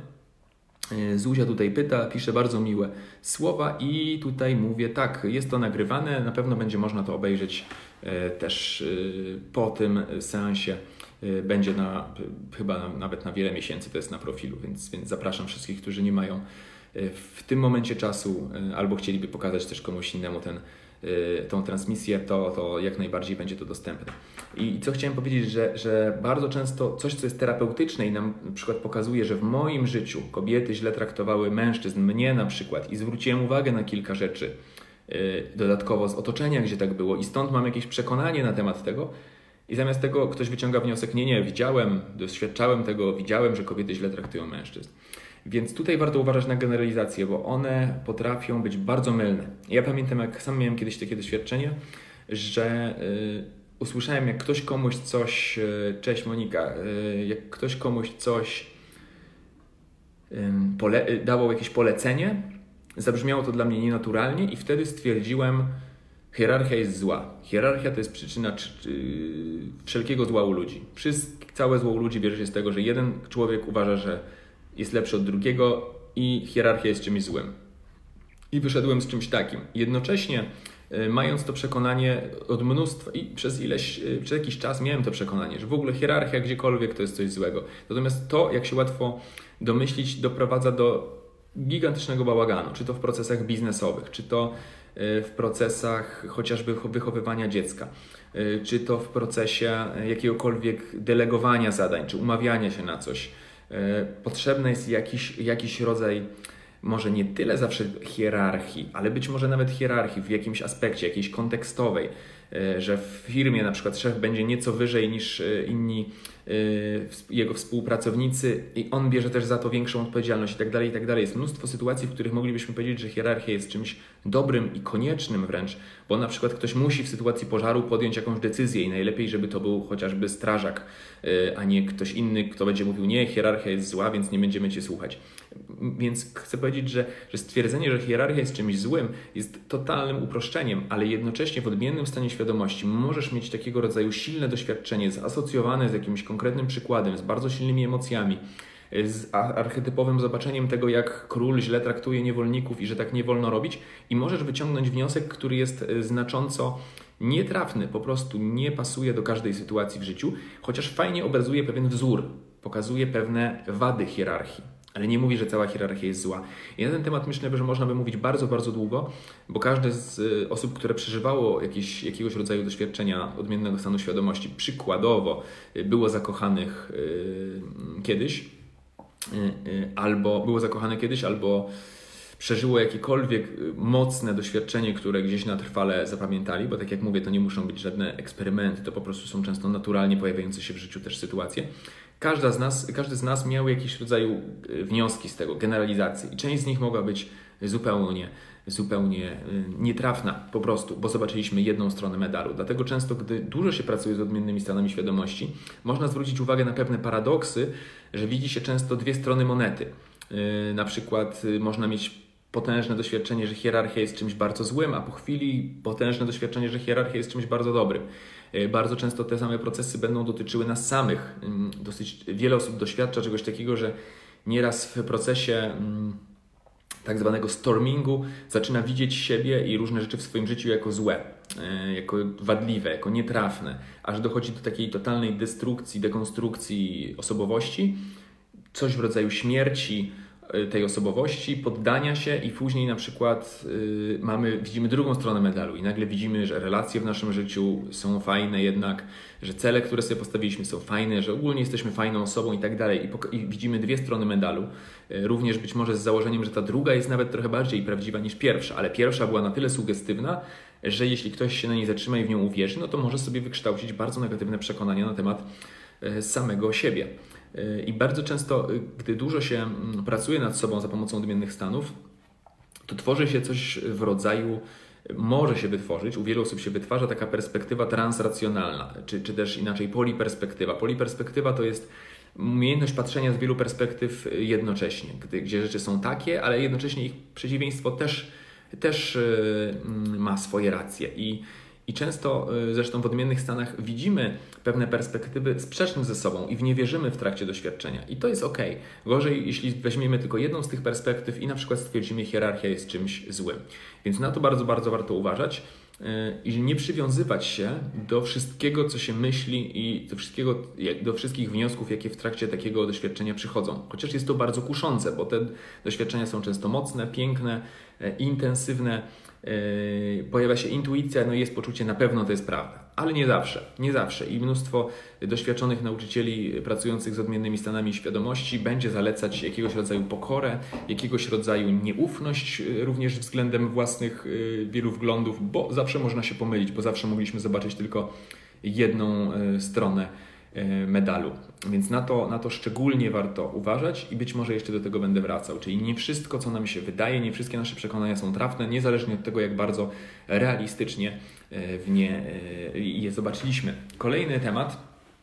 Zuzia tutaj pyta, pisze bardzo miłe słowa i tutaj mówię tak, jest to nagrywane, na pewno będzie można to obejrzeć też po tym seansie. Będzie na, chyba nawet na wiele miesięcy, to jest na profilu, więc, więc zapraszam wszystkich, którzy nie mają w tym momencie czasu albo chcieliby pokazać też komuś innemu ten, tą transmisję, to, to jak najbardziej będzie to dostępne. I co chciałem powiedzieć, że, że bardzo często coś, co jest terapeutyczne i nam na przykład pokazuje, że w moim życiu kobiety źle traktowały mężczyzn, mnie na przykład, i zwróciłem uwagę na kilka rzeczy dodatkowo z otoczenia, gdzie tak było i stąd mam jakieś przekonanie na temat tego i zamiast tego ktoś wyciąga wniosek, nie, nie, widziałem, doświadczałem tego, widziałem, że kobiety źle traktują mężczyzn. Więc tutaj warto uważać na generalizacje, bo one potrafią być bardzo mylne. Ja pamiętam, jak sam miałem kiedyś takie doświadczenie, że y, usłyszałem, jak ktoś komuś coś, y, cześć Monika, y, jak ktoś komuś coś y, pole, y, dawał jakieś polecenie, zabrzmiało to dla mnie nienaturalnie i wtedy stwierdziłem, hierarchia jest zła. Hierarchia to jest przyczyna czy, czy, wszelkiego zła u ludzi. Wszystko, całe zło u ludzi bierze się z tego, że jeden człowiek uważa, że jest lepszy od drugiego i hierarchia jest czymś złym. I wyszedłem z czymś takim. Jednocześnie y, mając to przekonanie od mnóstwa i przez ileś, y, przez jakiś czas miałem to przekonanie, że w ogóle hierarchia gdziekolwiek to jest coś złego. Natomiast to, jak się łatwo domyślić, doprowadza do gigantycznego bałaganu, czy to w procesach biznesowych, czy to w procesach chociażby wychowywania dziecka, czy to w procesie jakiegokolwiek delegowania zadań, czy umawiania się na coś. Potrzebny jest jakiś, jakiś rodzaj, może nie tyle zawsze hierarchii, ale być może nawet hierarchii w jakimś aspekcie, jakiejś kontekstowej, że w firmie na przykład szef będzie nieco wyżej niż inni jego współpracownicy i on bierze też za to większą odpowiedzialność i tak dalej, i tak dalej. Jest mnóstwo sytuacji, w których moglibyśmy powiedzieć, że hierarchia jest czymś dobrym i koniecznym wręcz, bo na przykład ktoś musi w sytuacji pożaru podjąć jakąś decyzję i najlepiej, żeby to był chociażby strażak, a nie ktoś inny, kto będzie mówił, nie, hierarchia jest zła, więc nie będziemy Cię słuchać. Więc chcę powiedzieć, że, że stwierdzenie, że hierarchia jest czymś złym, jest totalnym uproszczeniem, ale jednocześnie w odmiennym stanie świadomości możesz mieć takiego rodzaju silne doświadczenie zasocjowane z jakimś konkretnym przykładem, z bardzo silnymi emocjami, z archetypowym zobaczeniem tego, jak król źle traktuje niewolników i że tak nie wolno robić, i możesz wyciągnąć wniosek, który jest znacząco nietrafny, po prostu nie pasuje do każdej sytuacji w życiu, chociaż fajnie obrazuje pewien wzór, pokazuje pewne wady hierarchii. Ale nie mówi, że cała hierarchia jest zła. I na ten temat myślę, że można by mówić bardzo, bardzo długo, bo każde z osób, które przeżywało jakieś, jakiegoś rodzaju doświadczenia odmiennego stanu świadomości, przykładowo było zakochanych yy, kiedyś, yy, albo było zakochane kiedyś, albo przeżyło jakiekolwiek mocne doświadczenie, które gdzieś na trwale zapamiętali, bo tak jak mówię, to nie muszą być żadne eksperymenty, to po prostu są często naturalnie pojawiające się w życiu też sytuacje. Każda z nas, każdy z nas miał jakiś rodzaju wnioski z tego, generalizacje, i część z nich mogła być zupełnie, zupełnie nietrafna po prostu, bo zobaczyliśmy jedną stronę medalu. Dlatego często, gdy dużo się pracuje z odmiennymi stanami świadomości, można zwrócić uwagę na pewne paradoksy, że widzi się często dwie strony monety. Na przykład można mieć potężne doświadczenie, że hierarchia jest czymś bardzo złym, a po chwili potężne doświadczenie, że hierarchia jest czymś bardzo dobrym. Bardzo często te same procesy będą dotyczyły nas samych. Dosyć wiele osób doświadcza czegoś takiego, że nieraz w procesie tak zwanego stormingu zaczyna widzieć siebie i różne rzeczy w swoim życiu jako złe, jako wadliwe, jako nietrafne, aż dochodzi do takiej totalnej destrukcji, dekonstrukcji osobowości, coś w rodzaju śmierci tej osobowości, poddania się, i później na przykład yy, mamy, widzimy drugą stronę medalu i nagle widzimy, że relacje w naszym życiu są fajne jednak, że cele, które sobie postawiliśmy, są fajne, że ogólnie jesteśmy fajną osobą i tak dalej, i, pok- i widzimy dwie strony medalu, yy, również być może z założeniem, że ta druga jest nawet trochę bardziej prawdziwa niż pierwsza, ale pierwsza była na tyle sugestywna, że jeśli ktoś się na niej zatrzyma i w nią uwierzy, no to może sobie wykształcić bardzo negatywne przekonania na temat yy, samego siebie. I bardzo często, gdy dużo się pracuje nad sobą za pomocą odmiennych stanów, to tworzy się coś w rodzaju, może się wytworzyć, u wielu osób się wytwarza taka perspektywa transracjonalna, czy, czy też inaczej poliperspektywa. Poliperspektywa to jest umiejętność patrzenia z wielu perspektyw jednocześnie, gdy, gdzie rzeczy są takie, ale jednocześnie ich przeciwieństwo też, też ma swoje racje. I I często, zresztą w odmiennych stanach, widzimy pewne perspektywy sprzeczne ze sobą i w nie wierzymy w trakcie doświadczenia. I to jest ok. Gorzej, jeśli weźmiemy tylko jedną z tych perspektyw i na przykład stwierdzimy, że hierarchia jest czymś złym. Więc na to bardzo, bardzo warto uważać i nie przywiązywać się do wszystkiego, co się myśli, i do, wszystkiego, do wszystkich wniosków, jakie w trakcie takiego doświadczenia przychodzą. Chociaż jest to bardzo kuszące, bo te doświadczenia są często mocne, piękne, intensywne. Pojawia się intuicja, no i jest poczucie, na pewno to jest prawda, ale nie zawsze, nie zawsze, i mnóstwo doświadczonych nauczycieli pracujących z odmiennymi stanami świadomości będzie zalecać jakiegoś rodzaju pokorę, jakiegoś rodzaju nieufność również względem własnych wielu wglądów, bo zawsze można się pomylić, bo zawsze mogliśmy zobaczyć tylko jedną stronę medalu. Więc na to, na to szczególnie warto uważać i być może jeszcze do tego będę wracał. Czyli nie wszystko, co nam się wydaje, nie wszystkie nasze przekonania są trafne, niezależnie od tego, jak bardzo realistycznie w nie je zobaczyliśmy. Kolejny temat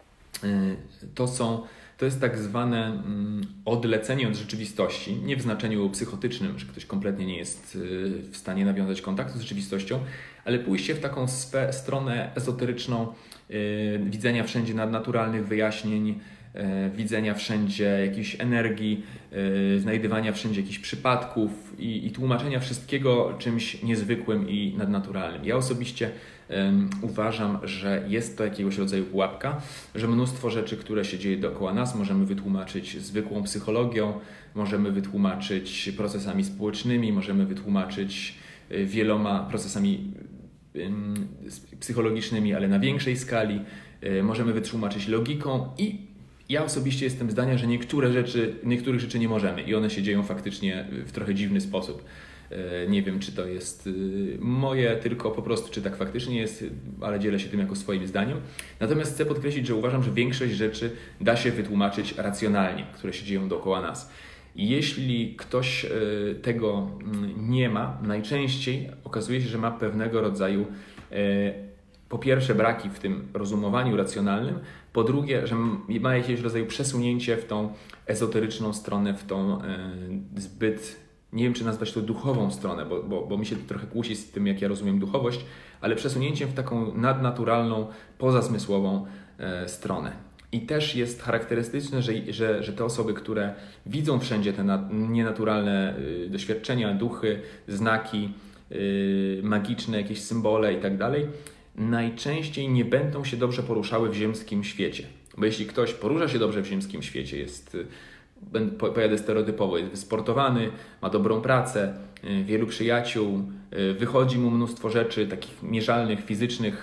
to są To jest tak zwane odlecenie od rzeczywistości, nie w znaczeniu psychotycznym, że ktoś kompletnie nie jest w stanie nawiązać kontaktu z rzeczywistością, ale pójście w taką sfe, stronę ezoteryczną, yy, widzenia wszędzie nadnaturalnych wyjaśnień, yy, widzenia wszędzie jakiejś energii, yy, znajdywania wszędzie jakichś przypadków i, i tłumaczenia wszystkiego czymś niezwykłym i nadnaturalnym. Ja osobiście Um, uważam, że jest to jakiegoś rodzaju pułapka, że mnóstwo rzeczy, które się dzieje dookoła nas, możemy wytłumaczyć zwykłą psychologią, możemy wytłumaczyć procesami społecznymi, możemy wytłumaczyć wieloma procesami psychologicznymi, ale na większej skali. Możemy wytłumaczyć logiką i ja osobiście jestem zdania, że niektóre rzeczy, niektórych rzeczy nie możemy i one się dzieją faktycznie w trochę dziwny sposób. Nie wiem, czy to jest moje, tylko po prostu, czy tak faktycznie jest, ale dzielę się tym jako swoim zdaniem. Natomiast chcę podkreślić, że uważam, że większość rzeczy da się wytłumaczyć racjonalnie, które się dzieją dookoła nas. I jeśli ktoś tego nie ma, najczęściej okazuje się, że ma pewnego rodzaju po pierwsze braki w tym rozumowaniu racjonalnym, po drugie, że ma jakiegoś rodzaju przesunięcie w tą ezoteryczną stronę, w tą zbyt, nie wiem czy nazwać to duchową stronę, bo, bo, bo mi się to trochę kłóci z tym, jak ja rozumiem duchowość, ale przesunięciem w taką nadnaturalną, pozazmysłową stronę. I też jest charakterystyczne, że, że, że te osoby, które widzą wszędzie te na, nienaturalne doświadczenia, duchy, znaki, magiczne, jakieś symbole i tak dalej, najczęściej nie będą się dobrze poruszały w ziemskim świecie. Bo jeśli ktoś porusza się dobrze w ziemskim świecie, jest, pojadę stereotypowo, jest wysportowany, ma dobrą pracę, wielu przyjaciół, wychodzi mu mnóstwo rzeczy takich mierzalnych, fizycznych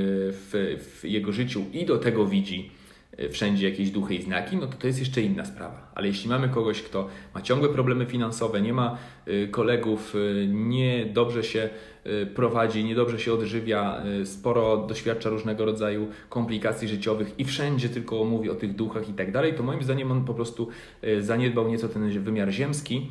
w, w jego życiu i do tego widzi wszędzie jakieś duchy i znaki, no to to jest jeszcze inna sprawa. Ale jeśli mamy kogoś, kto ma ciągłe problemy finansowe, nie ma kolegów, nie dobrze się prowadzi, niedobrze się odżywia, sporo doświadcza różnego rodzaju komplikacji życiowych i wszędzie tylko mówi o tych duchach i tak dalej, to moim zdaniem on po prostu zaniedbał nieco ten wymiar ziemski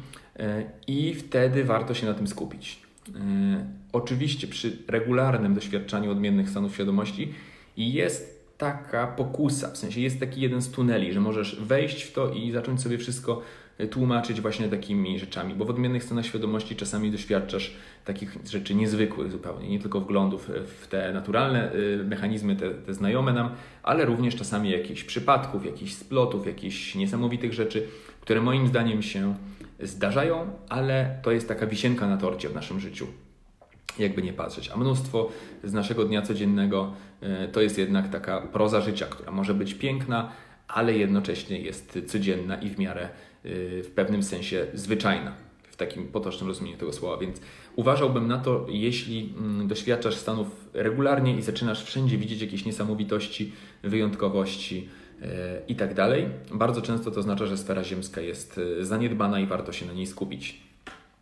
i wtedy warto się na tym skupić. Oczywiście przy regularnym doświadczaniu odmiennych stanów świadomości jest taka pokusa, w sensie jest taki jeden z tuneli, że możesz wejść w to i zacząć sobie wszystko tłumaczyć właśnie takimi rzeczami, bo w odmiennych stanach świadomości czasami doświadczasz takich rzeczy niezwykłych zupełnie, nie tylko wglądów w te naturalne mechanizmy, te, te znajome nam, ale również czasami jakichś przypadków, jakichś splotów, jakichś niesamowitych rzeczy, które moim zdaniem się zdarzają, ale to jest taka wisienka na torcie w naszym życiu. Jakby nie patrzeć. A mnóstwo z naszego dnia codziennego to jest jednak taka proza życia, która może być piękna, ale jednocześnie jest codzienna i w miarę w pewnym sensie zwyczajna, w takim potocznym rozumieniu tego słowa. Więc uważałbym na to, jeśli doświadczasz stanów regularnie i zaczynasz wszędzie widzieć jakieś niesamowitości, wyjątkowości i tak dalej, bardzo często to oznacza, że sfera ziemska jest zaniedbana i warto się na niej skupić.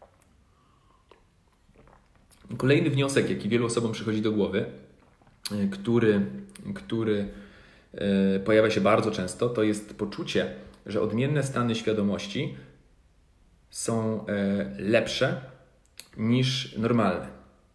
Kolejny wniosek, jaki wielu osobom przychodzi do głowy, który, który pojawia się bardzo często, to jest poczucie, że odmienne stany świadomości są lepsze niż normalne.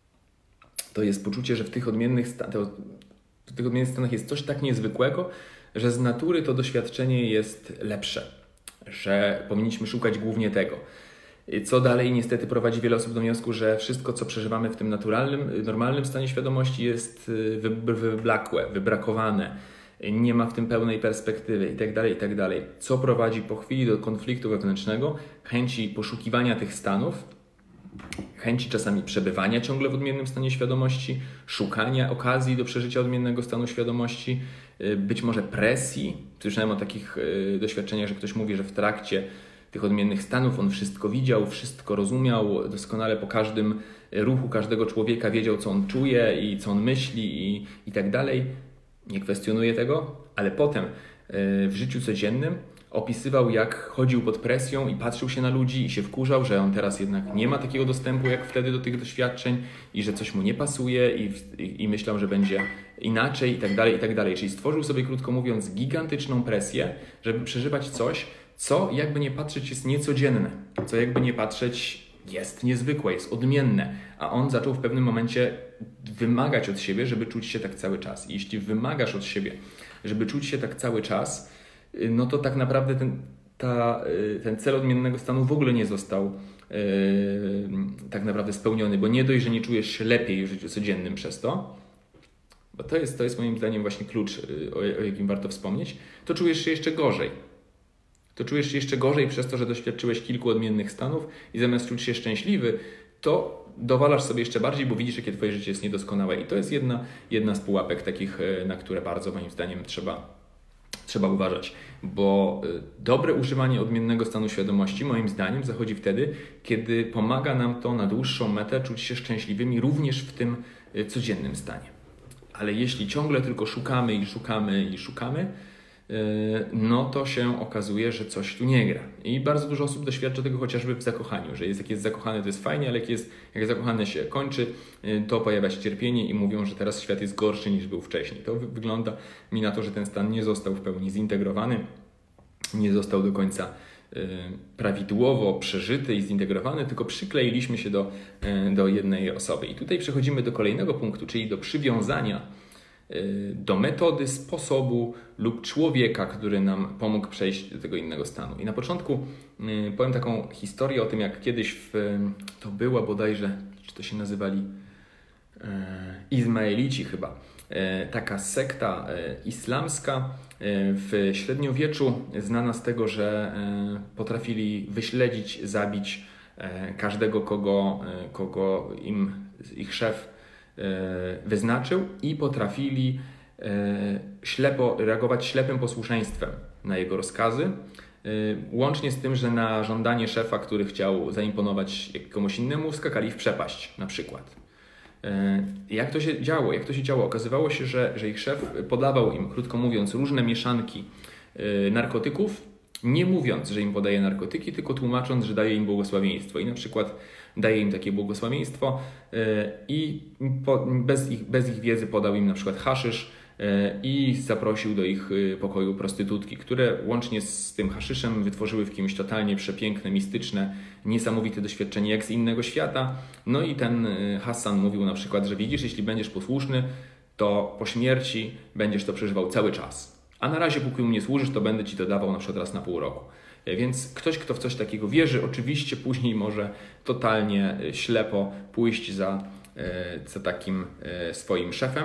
To jest poczucie, że w tych odmiennych, sta- w tych odmiennych stanach jest coś tak niezwykłego, że z natury to doświadczenie jest lepsze, że powinniśmy szukać głównie tego. Co dalej niestety prowadzi wiele osób do wniosku, że wszystko, co przeżywamy w tym naturalnym, normalnym stanie świadomości jest wyblakłe, wybrakowane, nie ma w tym pełnej perspektywy itd., itd. Co prowadzi po chwili do konfliktu wewnętrznego, chęci poszukiwania tych stanów, chęci czasami przebywania ciągle w odmiennym stanie świadomości, szukania okazji do przeżycia odmiennego stanu świadomości, być może presji. Słyszałem o takich doświadczeniach, że ktoś mówi, że w trakcie tych odmiennych stanów on wszystko widział, wszystko rozumiał, doskonale po każdym ruchu każdego człowieka wiedział, co on czuje i co on myśli i, i tak dalej. Nie kwestionuję tego, ale potem w życiu codziennym opisywał, jak chodził pod presją i patrzył się na ludzi i się wkurzał, że on teraz jednak nie ma takiego dostępu jak wtedy do tych doświadczeń i że coś mu nie pasuje i, i, i myślał, że będzie inaczej i tak dalej, i tak dalej. Czyli stworzył sobie, krótko mówiąc, gigantyczną presję, żeby przeżywać coś, co jakby nie patrzeć jest niecodzienne, co jakby nie patrzeć jest niezwykłe, jest odmienne, a on zaczął w pewnym momencie wymagać od siebie, żeby czuć się tak cały czas. I jeśli wymagasz od siebie, żeby czuć się tak cały czas, no to tak naprawdę ten, ta, ten cel odmiennego stanu w ogóle nie został yy, tak naprawdę spełniony, bo nie dość, że nie czujesz się lepiej w życiu codziennym przez to, bo to jest, to jest moim zdaniem właśnie klucz, o, o jakim warto wspomnieć, to czujesz się jeszcze gorzej. To czujesz się jeszcze gorzej przez to, że doświadczyłeś kilku odmiennych stanów i zamiast czuć się szczęśliwy, to dowalasz sobie jeszcze bardziej, bo widzisz, jakie twoje życie jest niedoskonałe. I to jest jedna, jedna z pułapek takich, na które bardzo moim zdaniem trzeba trzeba uważać, bo dobre używanie odmiennego stanu świadomości moim zdaniem zachodzi wtedy, kiedy pomaga nam to na dłuższą metę czuć się szczęśliwymi również w tym codziennym stanie. Ale jeśli ciągle tylko szukamy i szukamy i szukamy, no to się okazuje, że coś tu nie gra. I bardzo dużo osób doświadcza tego chociażby w zakochaniu, że jest, jak jest zakochany, to jest fajnie, ale jak jest jak zakochany się kończy, to pojawia się cierpienie i mówią, że teraz świat jest gorszy niż był wcześniej. To wygląda mi na to, że ten stan nie został w pełni zintegrowany, nie został do końca prawidłowo przeżyty i zintegrowany, tylko przykleiliśmy się do, do jednej osoby. I tutaj przechodzimy do kolejnego punktu, czyli do przywiązania do metody, sposobu lub człowieka, który nam pomógł przejść do tego innego stanu. I na początku powiem taką historię o tym, jak kiedyś w, to była bodajże, czy to się nazywali Izmaelici chyba, taka sekta islamska w średniowieczu znana z tego, że potrafili wyśledzić, zabić każdego, kogo, kogo im ich szef wyznaczył i potrafili ślepo reagować ślepym posłuszeństwem na jego rozkazy, łącznie z tym, że na żądanie szefa, który chciał zaimponować komuś innemu, skakali w przepaść na przykład. Jak to się działo? Jak to się działo? Okazywało się, że, że ich szef podawał im, krótko mówiąc, różne mieszanki narkotyków, nie mówiąc, że im podaje narkotyki, tylko tłumacząc, że daje im błogosławieństwo. I na przykład daje im takie błogosławieństwo i bez ich, bez ich wiedzy podał im na przykład haszysz i zaprosił do ich pokoju prostytutki, które łącznie z tym haszyszem wytworzyły w kimś totalnie przepiękne, mistyczne, niesamowite doświadczenie jak z innego świata. No i ten Hassan mówił na przykład, że widzisz, jeśli będziesz posłuszny, to po śmierci będziesz to przeżywał cały czas. A na razie, póki mu nie służysz, to będę ci to dawał na przykład raz na pół roku. Więc ktoś, kto w coś takiego wierzy, oczywiście później może totalnie ślepo pójść za, za takim swoim szefem.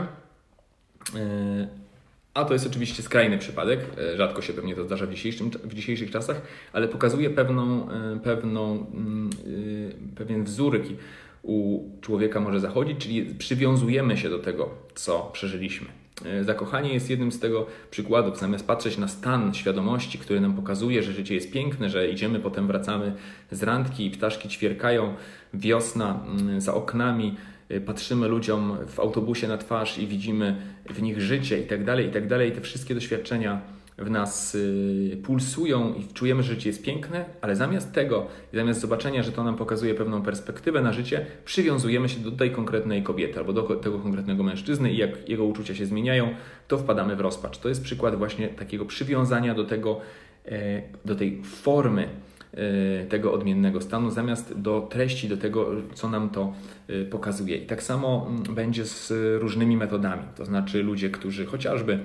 A to jest oczywiście skrajny przypadek, rzadko się pewnie to zdarza w, dzisiejszym, w dzisiejszych czasach, ale pokazuje pewną, pewną, pewien wzór, jaki u człowieka może zachodzić, czyli przywiązujemy się do tego, co przeżyliśmy. Zakochanie jest jednym z tego przykładów. Zamiast patrzeć na stan świadomości, który nam pokazuje, że życie jest piękne, że idziemy, potem wracamy z randki i ptaszki ćwierkają, wiosna za oknami, patrzymy ludziom w autobusie na twarz i widzimy w nich życie i tak dalej, i tak dalej. Te wszystkie doświadczenia w nas pulsują i czujemy, że życie jest piękne, ale zamiast tego, zamiast zobaczenia, że to nam pokazuje pewną perspektywę na życie, przywiązujemy się do tej konkretnej kobiety albo do tego konkretnego mężczyzny i jak jego uczucia się zmieniają, to wpadamy w rozpacz. To jest przykład właśnie takiego przywiązania do tego, do tej formy tego odmiennego stanu, zamiast do treści, do tego, co nam to pokazuje. I tak samo będzie z różnymi metodami, to znaczy ludzie, którzy chociażby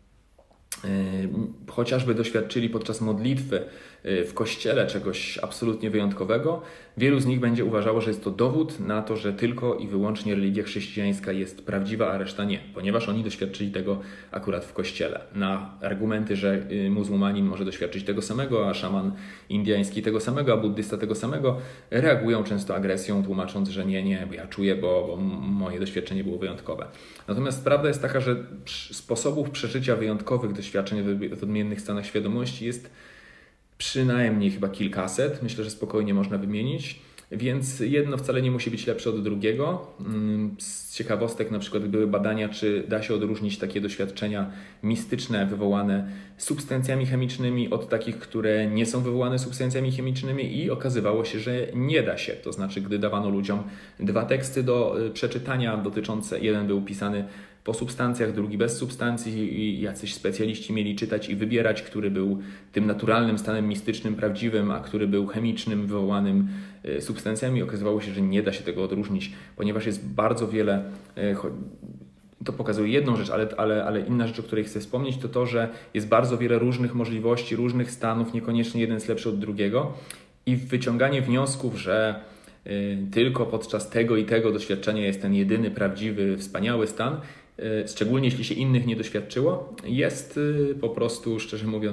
chociażby doświadczyli podczas modlitwy w kościele czegoś absolutnie wyjątkowego, wielu z nich będzie uważało, że jest to dowód na to, że tylko i wyłącznie religia chrześcijańska jest prawdziwa, a reszta nie, ponieważ oni doświadczyli tego akurat w kościele. Na argumenty, że muzułmanin może doświadczyć tego samego, a szaman indyjski tego samego, a buddysta tego samego, reagują często agresją, tłumacząc, że nie, nie, bo ja czuję, bo, bo moje doświadczenie było wyjątkowe. Natomiast prawda jest taka, że sposobów przeżycia wyjątkowych doświadczeń w odmiennych stanach świadomości jest przynajmniej chyba kilkaset. Myślę, że spokojnie można wymienić, więc jedno wcale nie musi być lepsze od drugiego. Z ciekawostek na przykład były badania, czy da się odróżnić takie doświadczenia mistyczne wywołane substancjami chemicznymi od takich, które nie są wywołane substancjami chemicznymi i okazywało się, że nie da się. To znaczy, gdy dawano ludziom dwa teksty do przeczytania dotyczące, jeden był pisany po substancjach, drugi bez substancji i jacyś specjaliści mieli czytać i wybierać, który był tym naturalnym stanem mistycznym, prawdziwym, a który był chemicznym, wywołanym substancjami. Okazywało się, że nie da się tego odróżnić, ponieważ jest bardzo wiele, to pokazuje jedną rzecz, ale, ale, ale inna rzecz, o której chcę wspomnieć, to to, że jest bardzo wiele różnych możliwości, różnych stanów, niekoniecznie jeden jest lepszy od drugiego i wyciąganie wniosków, że tylko podczas tego i tego doświadczenia jest ten jedyny, prawdziwy, wspaniały stan, szczególnie jeśli się innych nie doświadczyło, jest po prostu, szczerze mówiąc,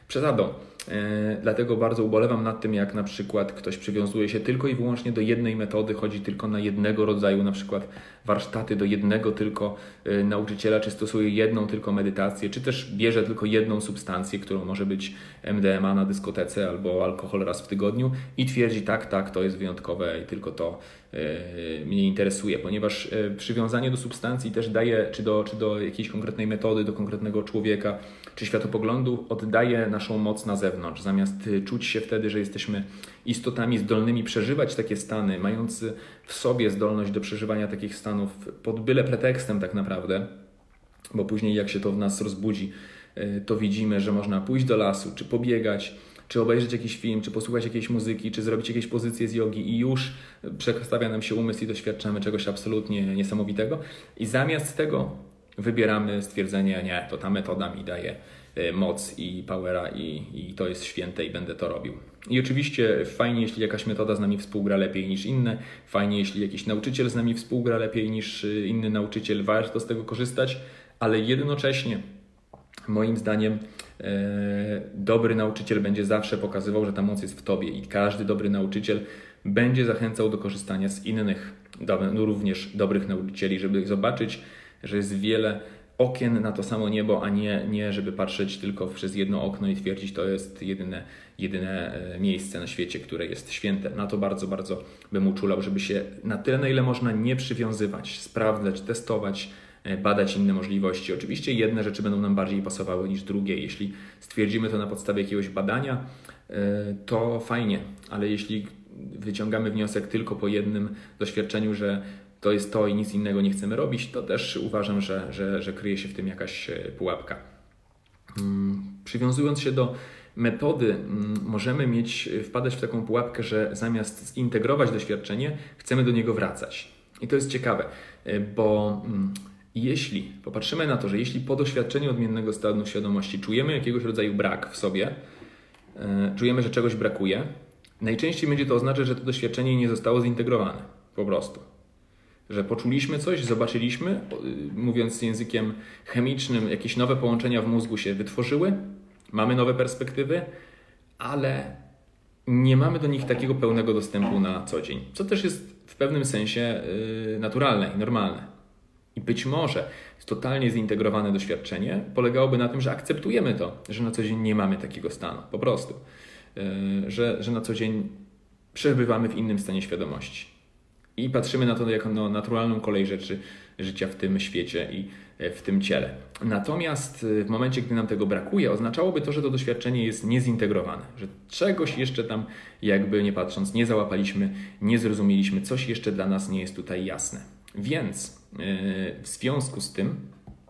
przesadą. E, dlatego bardzo ubolewam nad tym, jak na przykład ktoś przywiązuje się tylko i wyłącznie do jednej metody, chodzi tylko na jednego rodzaju na przykład warsztaty, do jednego tylko e, nauczyciela, czy stosuje jedną tylko medytację, czy też bierze tylko jedną substancję, którą może być M D M A na dyskotece albo alkohol raz w tygodniu i twierdzi tak, tak, to jest wyjątkowe i tylko to e, mnie interesuje, ponieważ e, przywiązanie do substancji też daje, czy do, czy do jakiejś konkretnej metody, do konkretnego człowieka, czy światopoglądu, oddaje naszą moc na zewnątrz. Zamiast czuć się wtedy, że jesteśmy istotami zdolnymi przeżywać takie stany, mając w sobie zdolność do przeżywania takich stanów pod byle pretekstem tak naprawdę, bo później jak się to w nas rozbudzi, to widzimy, że można pójść do lasu, czy pobiegać, czy obejrzeć jakiś film, czy posłuchać jakiejś muzyki, czy zrobić jakieś pozycje z jogi i już przestawia nam się umysł i doświadczamy czegoś absolutnie niesamowitego. I zamiast tego wybieramy stwierdzenie, nie, to ta metoda mi daje moc i powera i, i to jest święte i będę to robił. I oczywiście fajnie, jeśli jakaś metoda z nami współgra lepiej niż inne, fajnie, jeśli jakiś nauczyciel z nami współgra lepiej niż inny nauczyciel, warto z tego korzystać, ale jednocześnie moim zdaniem e, dobry nauczyciel będzie zawsze pokazywał, że ta moc jest w tobie i każdy dobry nauczyciel będzie zachęcał do korzystania z innych, do, również dobrych nauczycieli, żeby zobaczyć, że jest wiele okien na to samo niebo, a nie, nie żeby patrzeć tylko przez jedno okno i twierdzić, to jest jedyne, jedyne miejsce na świecie, które jest święte. Na to bardzo, bardzo bym uczulał, żeby się na tyle, na ile można nie przywiązywać, sprawdzać, testować, badać inne możliwości. Oczywiście jedne rzeczy będą nam bardziej pasowały niż drugie. Jeśli stwierdzimy to na podstawie jakiegoś badania, to fajnie, ale jeśli wyciągamy wniosek tylko po jednym doświadczeniu, że to jest to i nic innego nie chcemy robić, to też uważam, że, że, że kryje się w tym jakaś pułapka. Przywiązując się do metody, możemy mieć, wpadać w taką pułapkę, że zamiast zintegrować doświadczenie, chcemy do niego wracać. I to jest ciekawe, bo jeśli popatrzymy na to, że jeśli po doświadczeniu odmiennego stanu świadomości czujemy jakiegoś rodzaju brak w sobie, czujemy, że czegoś brakuje, najczęściej będzie to oznaczać, że to doświadczenie nie zostało zintegrowane. Po prostu. Że poczuliśmy coś, zobaczyliśmy, mówiąc językiem chemicznym, jakieś nowe połączenia w mózgu się wytworzyły, mamy nowe perspektywy, ale nie mamy do nich takiego pełnego dostępu na co dzień, co też jest w pewnym sensie naturalne i normalne. I być może totalnie zintegrowane doświadczenie polegałoby na tym, że akceptujemy to, że na co dzień nie mamy takiego stanu, po prostu, że, że na co dzień przebywamy w innym stanie świadomości. I patrzymy na to jako na naturalną kolej rzeczy życia w tym świecie i w tym ciele. Natomiast w momencie, gdy nam tego brakuje, oznaczałoby to, że to doświadczenie jest niezintegrowane, że czegoś jeszcze tam, jakby nie patrząc, nie załapaliśmy, nie zrozumieliśmy, coś jeszcze dla nas nie jest tutaj jasne. Więc w związku z tym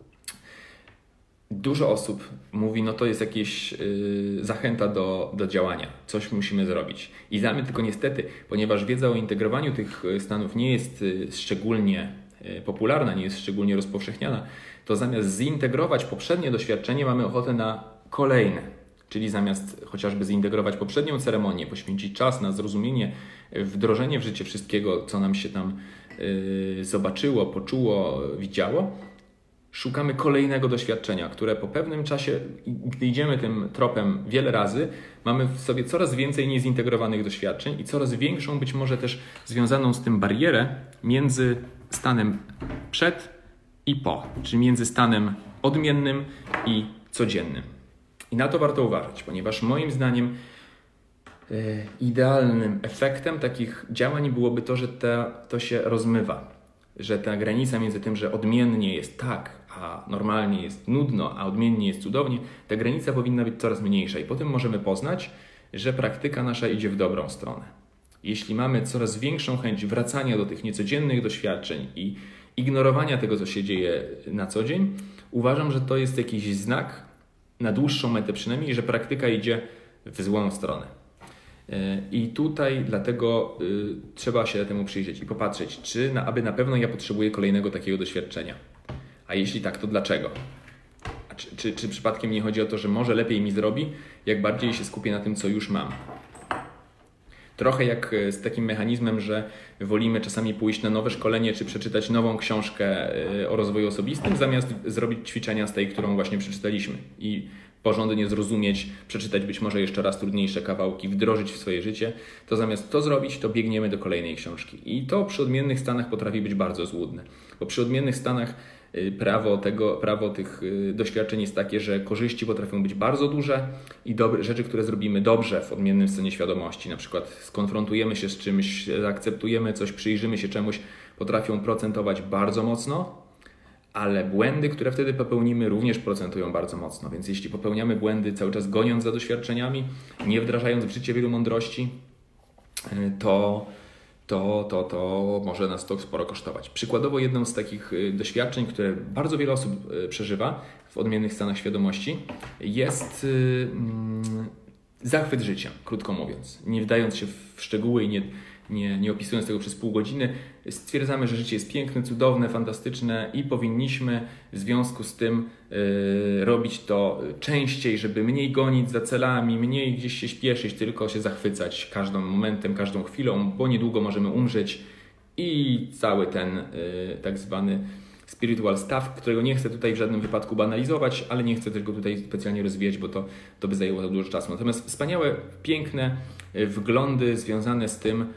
dużo osób mówi, no to jest jakieś yy, zachęta do, do działania, coś musimy zrobić. I dla mnie tylko niestety, ponieważ wiedza o integrowaniu tych stanów nie jest yy, szczególnie yy, popularna, nie jest szczególnie rozpowszechniana, to zamiast zintegrować poprzednie doświadczenie mamy ochotę na kolejne. Czyli zamiast chociażby zintegrować poprzednią ceremonię, poświęcić czas na zrozumienie, wdrożenie w życie wszystkiego, co nam się tam yy, zobaczyło, poczuło, widziało, szukamy kolejnego doświadczenia, które po pewnym czasie, gdy idziemy tym tropem wiele razy, mamy w sobie coraz więcej niezintegrowanych doświadczeń i coraz większą, być może też związaną z tym barierę między stanem przed i po, czyli między stanem odmiennym i codziennym. I na to warto uważać, ponieważ moim zdaniem yy, idealnym efektem takich działań byłoby to, że ta, to się rozmywa. Że ta granica między tym, że odmiennie jest tak, a normalnie jest nudno, a odmiennie jest cudownie, ta granica powinna być coraz mniejsza i potem możemy poznać, że praktyka nasza idzie w dobrą stronę. Jeśli mamy coraz większą chęć wracania do tych niecodziennych doświadczeń i ignorowania tego, co się dzieje na co dzień, uważam, że to jest jakiś znak, na dłuższą metę przynajmniej, że praktyka idzie w złą stronę. I tutaj dlatego y, trzeba się temu przyjrzeć i popatrzeć, czy na, aby na pewno ja potrzebuję kolejnego takiego doświadczenia. A jeśli tak, to dlaczego? A czy, czy, czy przypadkiem nie chodzi o to, że może lepiej mi zrobi, jak bardziej się skupię na tym, co już mam? Trochę jak z takim mechanizmem, że wolimy czasami pójść na nowe szkolenie, czy przeczytać nową książkę o rozwoju osobistym, zamiast zrobić ćwiczenia z tej, którą właśnie przeczytaliśmy. I porządnie zrozumieć, przeczytać być może jeszcze raz trudniejsze kawałki, wdrożyć w swoje życie, to zamiast to zrobić, to biegniemy do kolejnej książki. I to przy odmiennych stanach potrafi być bardzo złudne, bo przy odmiennych stanach prawo, tego, prawo tych doświadczeń jest takie, że korzyści potrafią być bardzo duże i dobre, rzeczy, które zrobimy dobrze w odmiennym stanie świadomości, na przykład skonfrontujemy się z czymś, zaakceptujemy coś, przyjrzymy się czemuś, potrafią procentować bardzo mocno, ale błędy, które wtedy popełnimy, również procentują bardzo mocno. Więc jeśli popełniamy błędy cały czas goniąc za doświadczeniami, nie wdrażając w życie wielu mądrości, to, to, to, to może nas to sporo kosztować. Przykładowo jedną z takich doświadczeń, które bardzo wiele osób przeżywa w odmiennych stanach świadomości, jest zachwyt życiem, krótko mówiąc. Nie wdając się w szczegóły i nie Nie, nie opisując tego przez pół godziny, stwierdzamy, że życie jest piękne, cudowne, fantastyczne i powinniśmy w związku z tym y, robić to częściej, żeby mniej gonić za celami, mniej gdzieś się śpieszyć, tylko się zachwycać każdym momentem, każdą chwilą, bo niedługo możemy umrzeć i cały ten y, tak zwany spiritual stuff, którego nie chcę tutaj w żadnym wypadku banalizować, ale nie chcę też go tutaj specjalnie rozwijać, bo to, to by zajęło za dużo czasu. Natomiast wspaniałe, piękne wglądy związane z tym,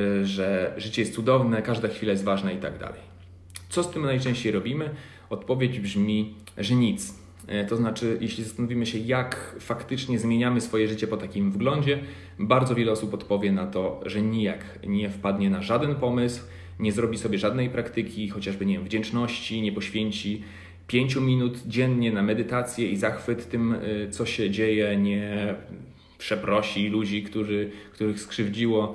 że życie jest cudowne, każda chwila jest ważna i tak dalej. Co z tym najczęściej robimy? Odpowiedź brzmi, że nic. To znaczy, jeśli zastanowimy się, jak faktycznie zmieniamy swoje życie po takim wglądzie, bardzo wiele osób odpowie na to, że nijak nie wpadnie na żaden pomysł, nie zrobi sobie żadnej praktyki, chociażby nie wiem, wdzięczności, nie poświęci pięciu minut dziennie na medytację i zachwyt tym, co się dzieje, nie przeprosi ludzi, którzy, których skrzywdziło,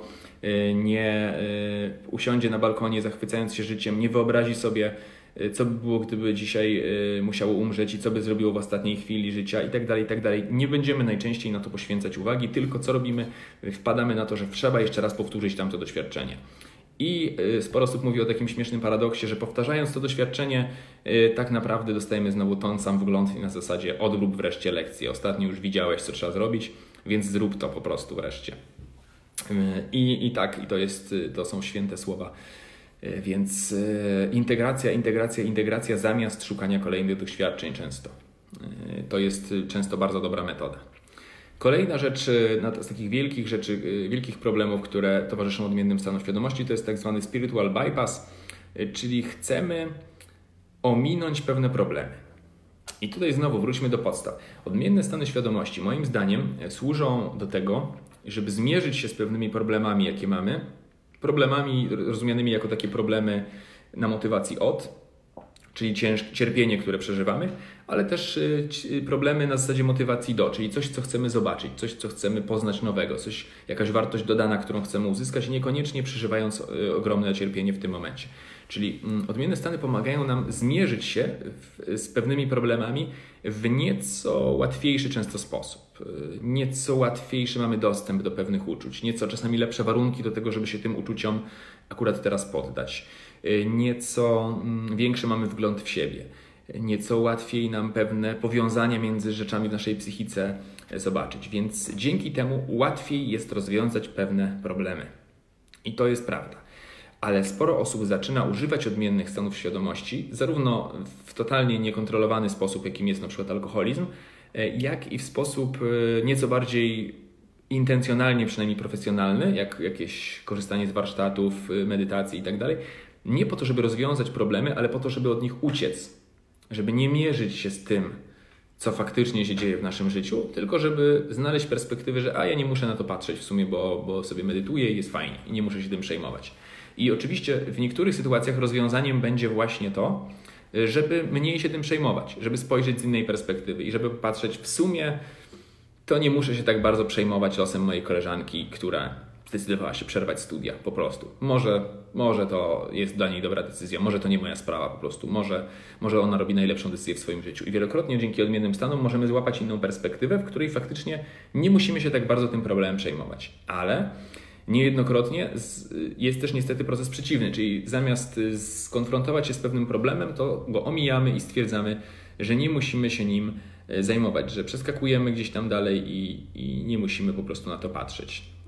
nie usiądzie na balkonie zachwycając się życiem, nie wyobrazi sobie, co by było, gdyby dzisiaj musiało umrzeć i co by zrobiło w ostatniej chwili życia i tak dalej, i tak dalej. Nie będziemy najczęściej na to poświęcać uwagi, tylko co robimy? Wpadamy na to, że trzeba jeszcze raz powtórzyć tamto doświadczenie. I sporo osób mówi o takim śmiesznym paradoksie, że powtarzając to doświadczenie, tak naprawdę dostajemy znowu ten sam wgląd i na zasadzie odrób wreszcie lekcję. Ostatnio już widziałeś, co trzeba zrobić, więc zrób to po prostu wreszcie. I, i tak, i to, jest, to są święte słowa. Więc integracja, integracja, integracja zamiast szukania kolejnych doświadczeń często. To jest często bardzo dobra metoda. Kolejna rzecz z takich wielkich rzeczy, wielkich problemów, które towarzyszą odmiennym stanom świadomości, to jest tak zwany spiritual bypass, czyli chcemy ominąć pewne problemy. I tutaj znowu wróćmy do podstaw. Odmienne stany świadomości moim zdaniem służą do tego, żeby zmierzyć się z pewnymi problemami, jakie mamy, problemami rozumianymi jako takie problemy na motywacji od, czyli ciężkie cierpienie, które przeżywamy, ale też problemy na zasadzie motywacji do, czyli coś, co chcemy zobaczyć, coś, co chcemy poznać nowego, coś, jakaś wartość dodana, którą chcemy uzyskać, niekoniecznie przeżywając ogromne cierpienie w tym momencie. Czyli odmienne stany pomagają nam zmierzyć się w, z pewnymi problemami w nieco łatwiejszy często sposób. Nieco łatwiejszy mamy dostęp do pewnych uczuć, nieco czasami lepsze warunki do tego, żeby się tym uczuciom akurat teraz poddać. Nieco większy mamy wgląd w siebie. Nieco łatwiej nam pewne powiązania między rzeczami w naszej psychice zobaczyć. Więc dzięki temu łatwiej jest rozwiązać pewne problemy. I to jest prawda. Ale sporo osób zaczyna używać odmiennych stanów świadomości, zarówno w totalnie niekontrolowany sposób, jakim jest na przykład alkoholizm, jak i w sposób nieco bardziej intencjonalnie, przynajmniej profesjonalny, jak jakieś korzystanie z warsztatów, medytacji i tak dalej. Nie po to, żeby rozwiązać problemy, ale po to, żeby od nich uciec. Żeby nie mierzyć się z tym, co faktycznie się dzieje w naszym życiu, tylko żeby znaleźć perspektywę, że a ja nie muszę na to patrzeć w sumie, bo, bo sobie medytuję i jest fajnie i nie muszę się tym przejmować. I oczywiście w niektórych sytuacjach rozwiązaniem będzie właśnie to, żeby mniej się tym przejmować, żeby spojrzeć z innej perspektywy i żeby patrzeć w sumie, to nie muszę się tak bardzo przejmować losem mojej koleżanki, która zdecydowała się przerwać studia po prostu. Może, może to jest dla niej dobra decyzja, może to nie moja sprawa po prostu, może, może ona robi najlepszą decyzję w swoim życiu. I wielokrotnie dzięki odmiennym stanom możemy złapać inną perspektywę, w której faktycznie nie musimy się tak bardzo tym problemem przejmować. Ale niejednokrotnie jest też niestety proces przeciwny, czyli zamiast skonfrontować się z pewnym problemem, to go omijamy i stwierdzamy, że nie musimy się nim zajmować, że przeskakujemy gdzieś tam dalej i, i nie musimy po prostu na to patrzeć.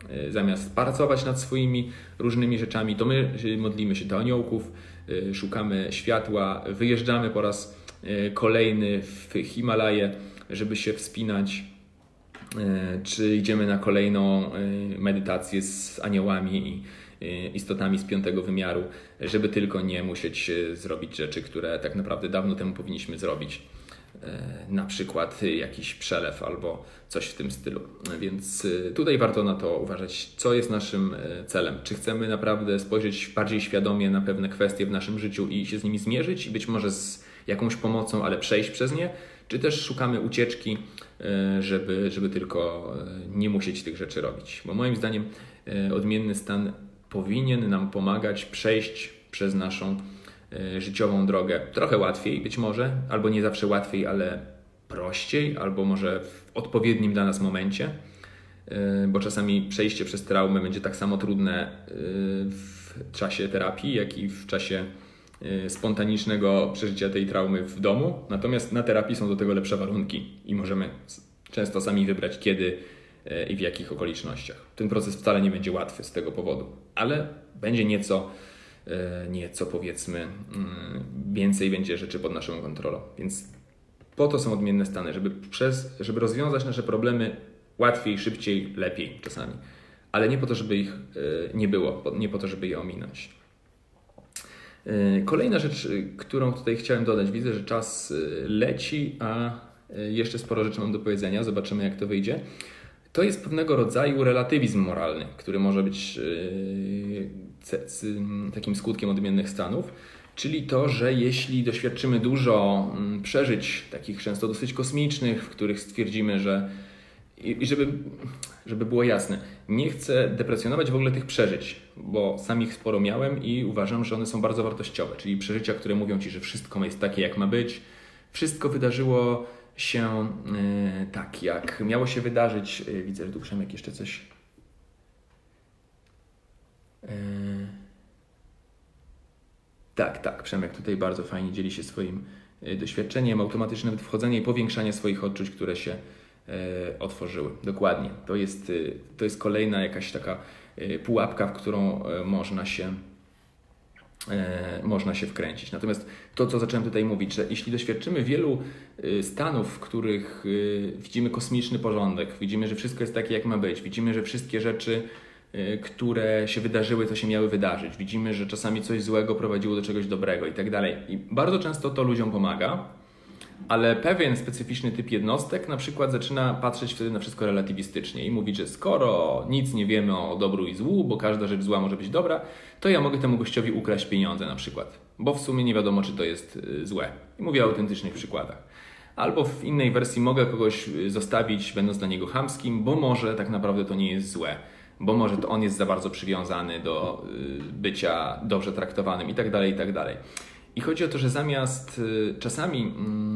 Zamiast pracować nad swoimi różnymi rzeczami, to my modlimy się do aniołów, szukamy światła, wyjeżdżamy po raz kolejny w Himalaje, żeby się wspinać, czy idziemy na kolejną medytację z aniołami i istotami z piątego wymiaru, żeby tylko nie musieć zrobić rzeczy, które tak naprawdę dawno temu powinniśmy zrobić. Na przykład jakiś przelew albo coś w tym stylu. Więc tutaj warto na to uważać, co jest naszym celem. Czy chcemy naprawdę spojrzeć bardziej świadomie na pewne kwestie w naszym życiu i się z nimi zmierzyć i być może z jakąś pomocą, ale przejść przez nie, czy też szukamy ucieczki, żeby, żeby tylko nie musieć tych rzeczy robić. Bo moim zdaniem odmienny stan powinien nam pomagać przejść przez naszą życiową drogę trochę łatwiej być może, albo nie zawsze łatwiej, ale prościej, albo może w odpowiednim dla nas momencie, bo czasami przejście przez traumę będzie tak samo trudne w czasie terapii, jak i w czasie spontanicznego przeżycia tej traumy w domu, natomiast na terapii są do tego lepsze warunki i możemy często sami wybrać kiedy i w jakich okolicznościach. Ten proces wcale nie będzie łatwy z tego powodu, ale będzie nieco nieco powiedzmy więcej będzie rzeczy pod naszą kontrolą. Więc po to są odmienne stany, żeby, przez, żeby rozwiązać nasze problemy łatwiej, szybciej, lepiej czasami. Ale nie po to, żeby ich nie było, nie po to, żeby je ominąć. Kolejna rzecz, którą tutaj chciałem dodać, widzę, że czas leci, a jeszcze sporo rzeczy mam do powiedzenia, zobaczymy jak to wyjdzie. To jest pewnego rodzaju relatywizm moralny, który może być takim skutkiem odmiennych stanów, czyli to, że jeśli doświadczymy dużo przeżyć, takich często dosyć kosmicznych, w których stwierdzimy, że i żeby, żeby było jasne, nie chcę deprecjonować w ogóle tych przeżyć, bo sam ich sporo miałem i uważam, że one są bardzo wartościowe, czyli przeżycia, które mówią Ci, że wszystko jest takie, jak ma być, wszystko wydarzyło się yy, tak, jak miało się wydarzyć. Yy, widzę, że tu Przemek jeszcze coś... Yy... Tak, tak, Przemek tutaj bardzo fajnie dzieli się swoim yy, doświadczeniem, automatyczne wchodzenie i powiększanie swoich odczuć, które się yy, otworzyły. Dokładnie. To jest, yy, to jest kolejna jakaś taka yy, pułapka, w którą yy, można się można się wkręcić. Natomiast to, co zacząłem tutaj mówić, że jeśli doświadczymy wielu stanów, w których widzimy kosmiczny porządek, widzimy, że wszystko jest takie, jak ma być, widzimy, że wszystkie rzeczy, które się wydarzyły, to się miały wydarzyć, widzimy, że czasami coś złego prowadziło do czegoś dobrego i tak dalej. I bardzo często to ludziom pomaga, ale pewien specyficzny typ jednostek na przykład zaczyna patrzeć wtedy na wszystko relatywistycznie i mówić, że skoro nic nie wiemy o dobru i złu, bo każda rzecz zła może być dobra, to ja mogę temu gościowi ukraść pieniądze na przykład, bo w sumie nie wiadomo, czy to jest złe. I mówię o autentycznych przykładach. Albo w innej wersji mogę kogoś zostawić, będąc dla niego chamskim, bo może tak naprawdę to nie jest złe, bo może to on jest za bardzo przywiązany do bycia dobrze traktowanym i tak dalej, i tak dalej. I chodzi o to, że zamiast czasami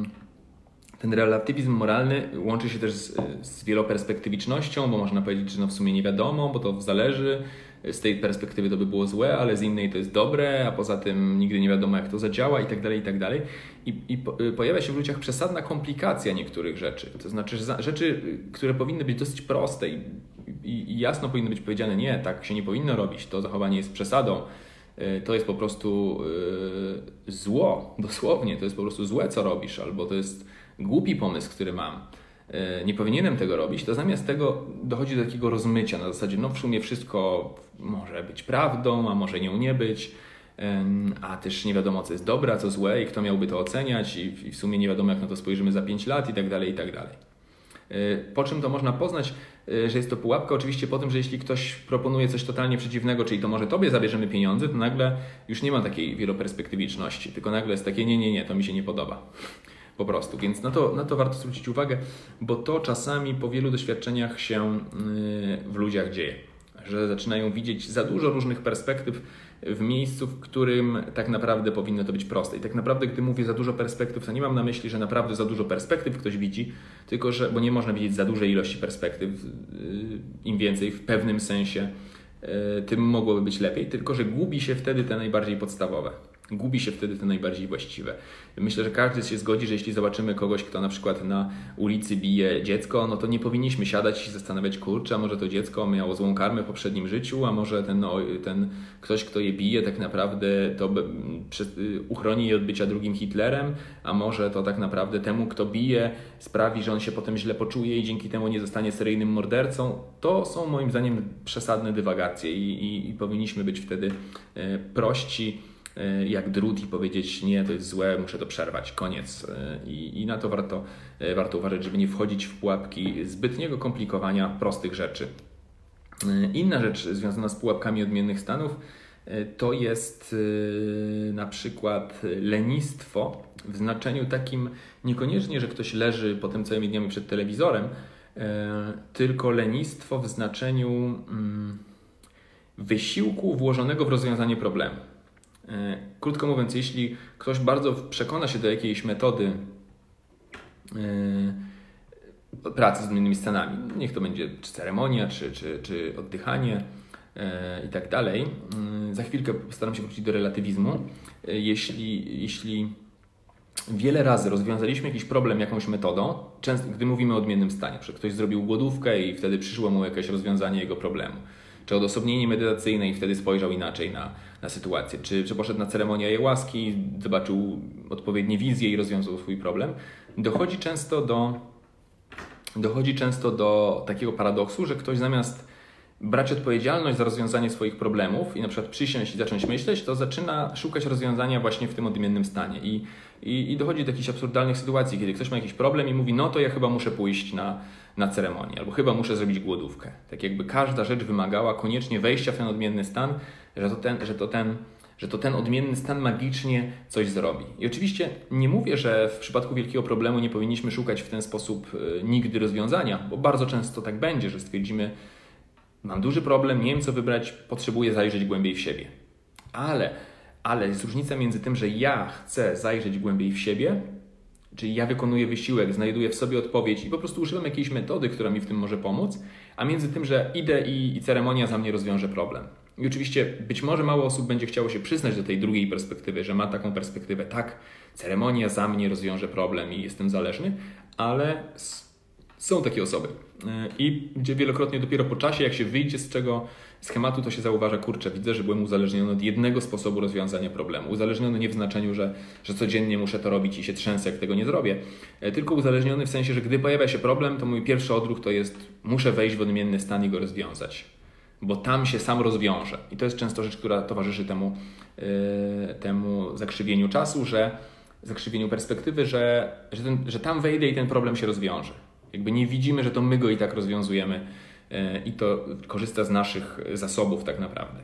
ten relatywizm moralny łączy się też z, z wieloperspektywicznością, bo można powiedzieć, że no w sumie nie wiadomo, bo to zależy. Z tej perspektywy to by było złe, ale z innej to jest dobre, a poza tym nigdy nie wiadomo, jak to zadziała i tak dalej, i tak dalej. I, i po, pojawia się w ludziach przesadna komplikacja niektórych rzeczy. To znaczy, że za, rzeczy, które powinny być dosyć proste i, i, i jasno powinny być powiedziane, nie, tak się nie powinno robić, to zachowanie jest przesadą. To jest po prostu yy, zło, dosłownie, to jest po prostu złe, co robisz, albo to jest głupi pomysł, który mam. Yy, nie powinienem tego robić, to zamiast tego dochodzi do takiego rozmycia na zasadzie, no w sumie wszystko może być prawdą, a może nią nie być, yy, a też nie wiadomo, co jest dobre, a co złe i kto miałby to oceniać i, i w sumie nie wiadomo, jak na to spojrzymy za pięć lat i tak dalej, i tak dalej. Po czym to można poznać, że jest to pułapka? Oczywiście po tym, że jeśli ktoś proponuje coś totalnie przeciwnego, czyli to może tobie zabierzemy pieniądze, to nagle już nie ma takiej wieloperspektywiczności, tylko nagle jest takie nie, nie, nie, to mi się nie podoba. Po prostu, więc na to, na to warto zwrócić uwagę, bo to czasami po wielu doświadczeniach się w ludziach dzieje, że zaczynają widzieć za dużo różnych perspektyw w miejscu, w którym tak naprawdę powinno to być proste. I tak naprawdę, gdy mówię za dużo perspektyw, to nie mam na myśli, że naprawdę za dużo perspektyw ktoś widzi, tylko że, bo nie można widzieć za dużej ilości perspektyw, im więcej w pewnym sensie, tym mogłoby być lepiej, tylko że gubi się wtedy te najbardziej podstawowe. Gubi się wtedy te najbardziej właściwe. Myślę, że każdy się zgodzi, że jeśli zobaczymy kogoś, kto na przykład na ulicy bije dziecko, no to nie powinniśmy siadać i się zastanawiać, kurczę, a może to dziecko miało złą karmę w poprzednim życiu, a może ten, no, ten ktoś, kto je bije, tak naprawdę to uchroni je od bycia drugim Hitlerem, a może to tak naprawdę temu, kto bije, sprawi, że on się potem źle poczuje i dzięki temu nie zostanie seryjnym mordercą. To są moim zdaniem przesadne dywagacje i, i, i powinniśmy być wtedy prości jak drut i powiedzieć, nie, to jest złe, muszę to przerwać, koniec. I, i na to warto, warto uważać, żeby nie wchodzić w pułapki zbytniego komplikowania prostych rzeczy. Inna rzecz związana z pułapkami odmiennych stanów to jest na przykład lenistwo w znaczeniu takim niekoniecznie, że ktoś leży potem całymi dniami przed telewizorem, tylko lenistwo w znaczeniu wysiłku włożonego w rozwiązanie problemu. Krótko mówiąc, jeśli ktoś bardzo przekona się do jakiejś metody pracy z odmiennymi stanami, niech to będzie czy ceremonia, czy, czy, czy oddychanie i tak dalej. Za chwilkę postaram się wrócić do relatywizmu. Jeśli, jeśli wiele razy rozwiązaliśmy jakiś problem jakąś metodą, często gdy mówimy o odmiennym stanie, że ktoś zrobił głodówkę i wtedy przyszło mu jakieś rozwiązanie jego problemu, czy odosobnienie medytacyjne i wtedy spojrzał inaczej na, na sytuację, czy, czy poszedł na ceremonię ayahuaski, zobaczył odpowiednie wizje i rozwiązał swój problem, dochodzi często do, dochodzi często do takiego paradoksu, że ktoś zamiast brać odpowiedzialność za rozwiązanie swoich problemów i na przykład przysiąść i zacząć myśleć, to zaczyna szukać rozwiązania właśnie w tym odmiennym stanie. I, i, i dochodzi do jakichś absurdalnych sytuacji, kiedy ktoś ma jakiś problem i mówi, no to ja chyba muszę pójść na, na ceremonię, albo chyba muszę zrobić głodówkę. Tak jakby każda rzecz wymagała koniecznie wejścia w ten odmienny stan, że to ten, że to ten, że to ten odmienny stan magicznie coś zrobi. I oczywiście nie mówię, że w przypadku wielkiego problemu nie powinniśmy szukać w ten sposób y, nigdy rozwiązania, bo bardzo często tak będzie, że stwierdzimy, mam duży problem, nie wiem co wybrać, potrzebuję zajrzeć głębiej w siebie. Ale, ale jest różnica między tym, że ja chcę zajrzeć głębiej w siebie, czyli ja wykonuję wysiłek, znajduję w sobie odpowiedź i po prostu używam jakiejś metody, która mi w tym może pomóc, a między tym, że idę i, i ceremonia za mnie rozwiąże problem. I oczywiście być może mało osób będzie chciało się przyznać do tej drugiej perspektywy, że ma taką perspektywę, tak, ceremonia za mnie rozwiąże problem i jestem zależny, ale są takie osoby. I gdzie wielokrotnie dopiero po czasie, jak się wyjdzie z czego schematu, to się zauważa, kurczę, widzę, że byłem uzależniony od jednego sposobu rozwiązania problemu. Uzależniony nie w znaczeniu, że, że codziennie muszę to robić i się trzęsę, jak tego nie zrobię, tylko uzależniony w sensie, że gdy pojawia się problem, to mój pierwszy odruch to jest, muszę wejść w odmienny stan i go rozwiązać, bo tam się sam rozwiąże. I to jest często rzecz, która towarzyszy temu, yy, temu zakrzywieniu czasu, że zakrzywieniu perspektywy, że, że, ten, że tam wejdę i ten problem się rozwiąże. Jakby nie widzimy, że to my go i tak rozwiązujemy yy, i to korzysta z naszych zasobów tak naprawdę.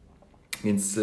Więc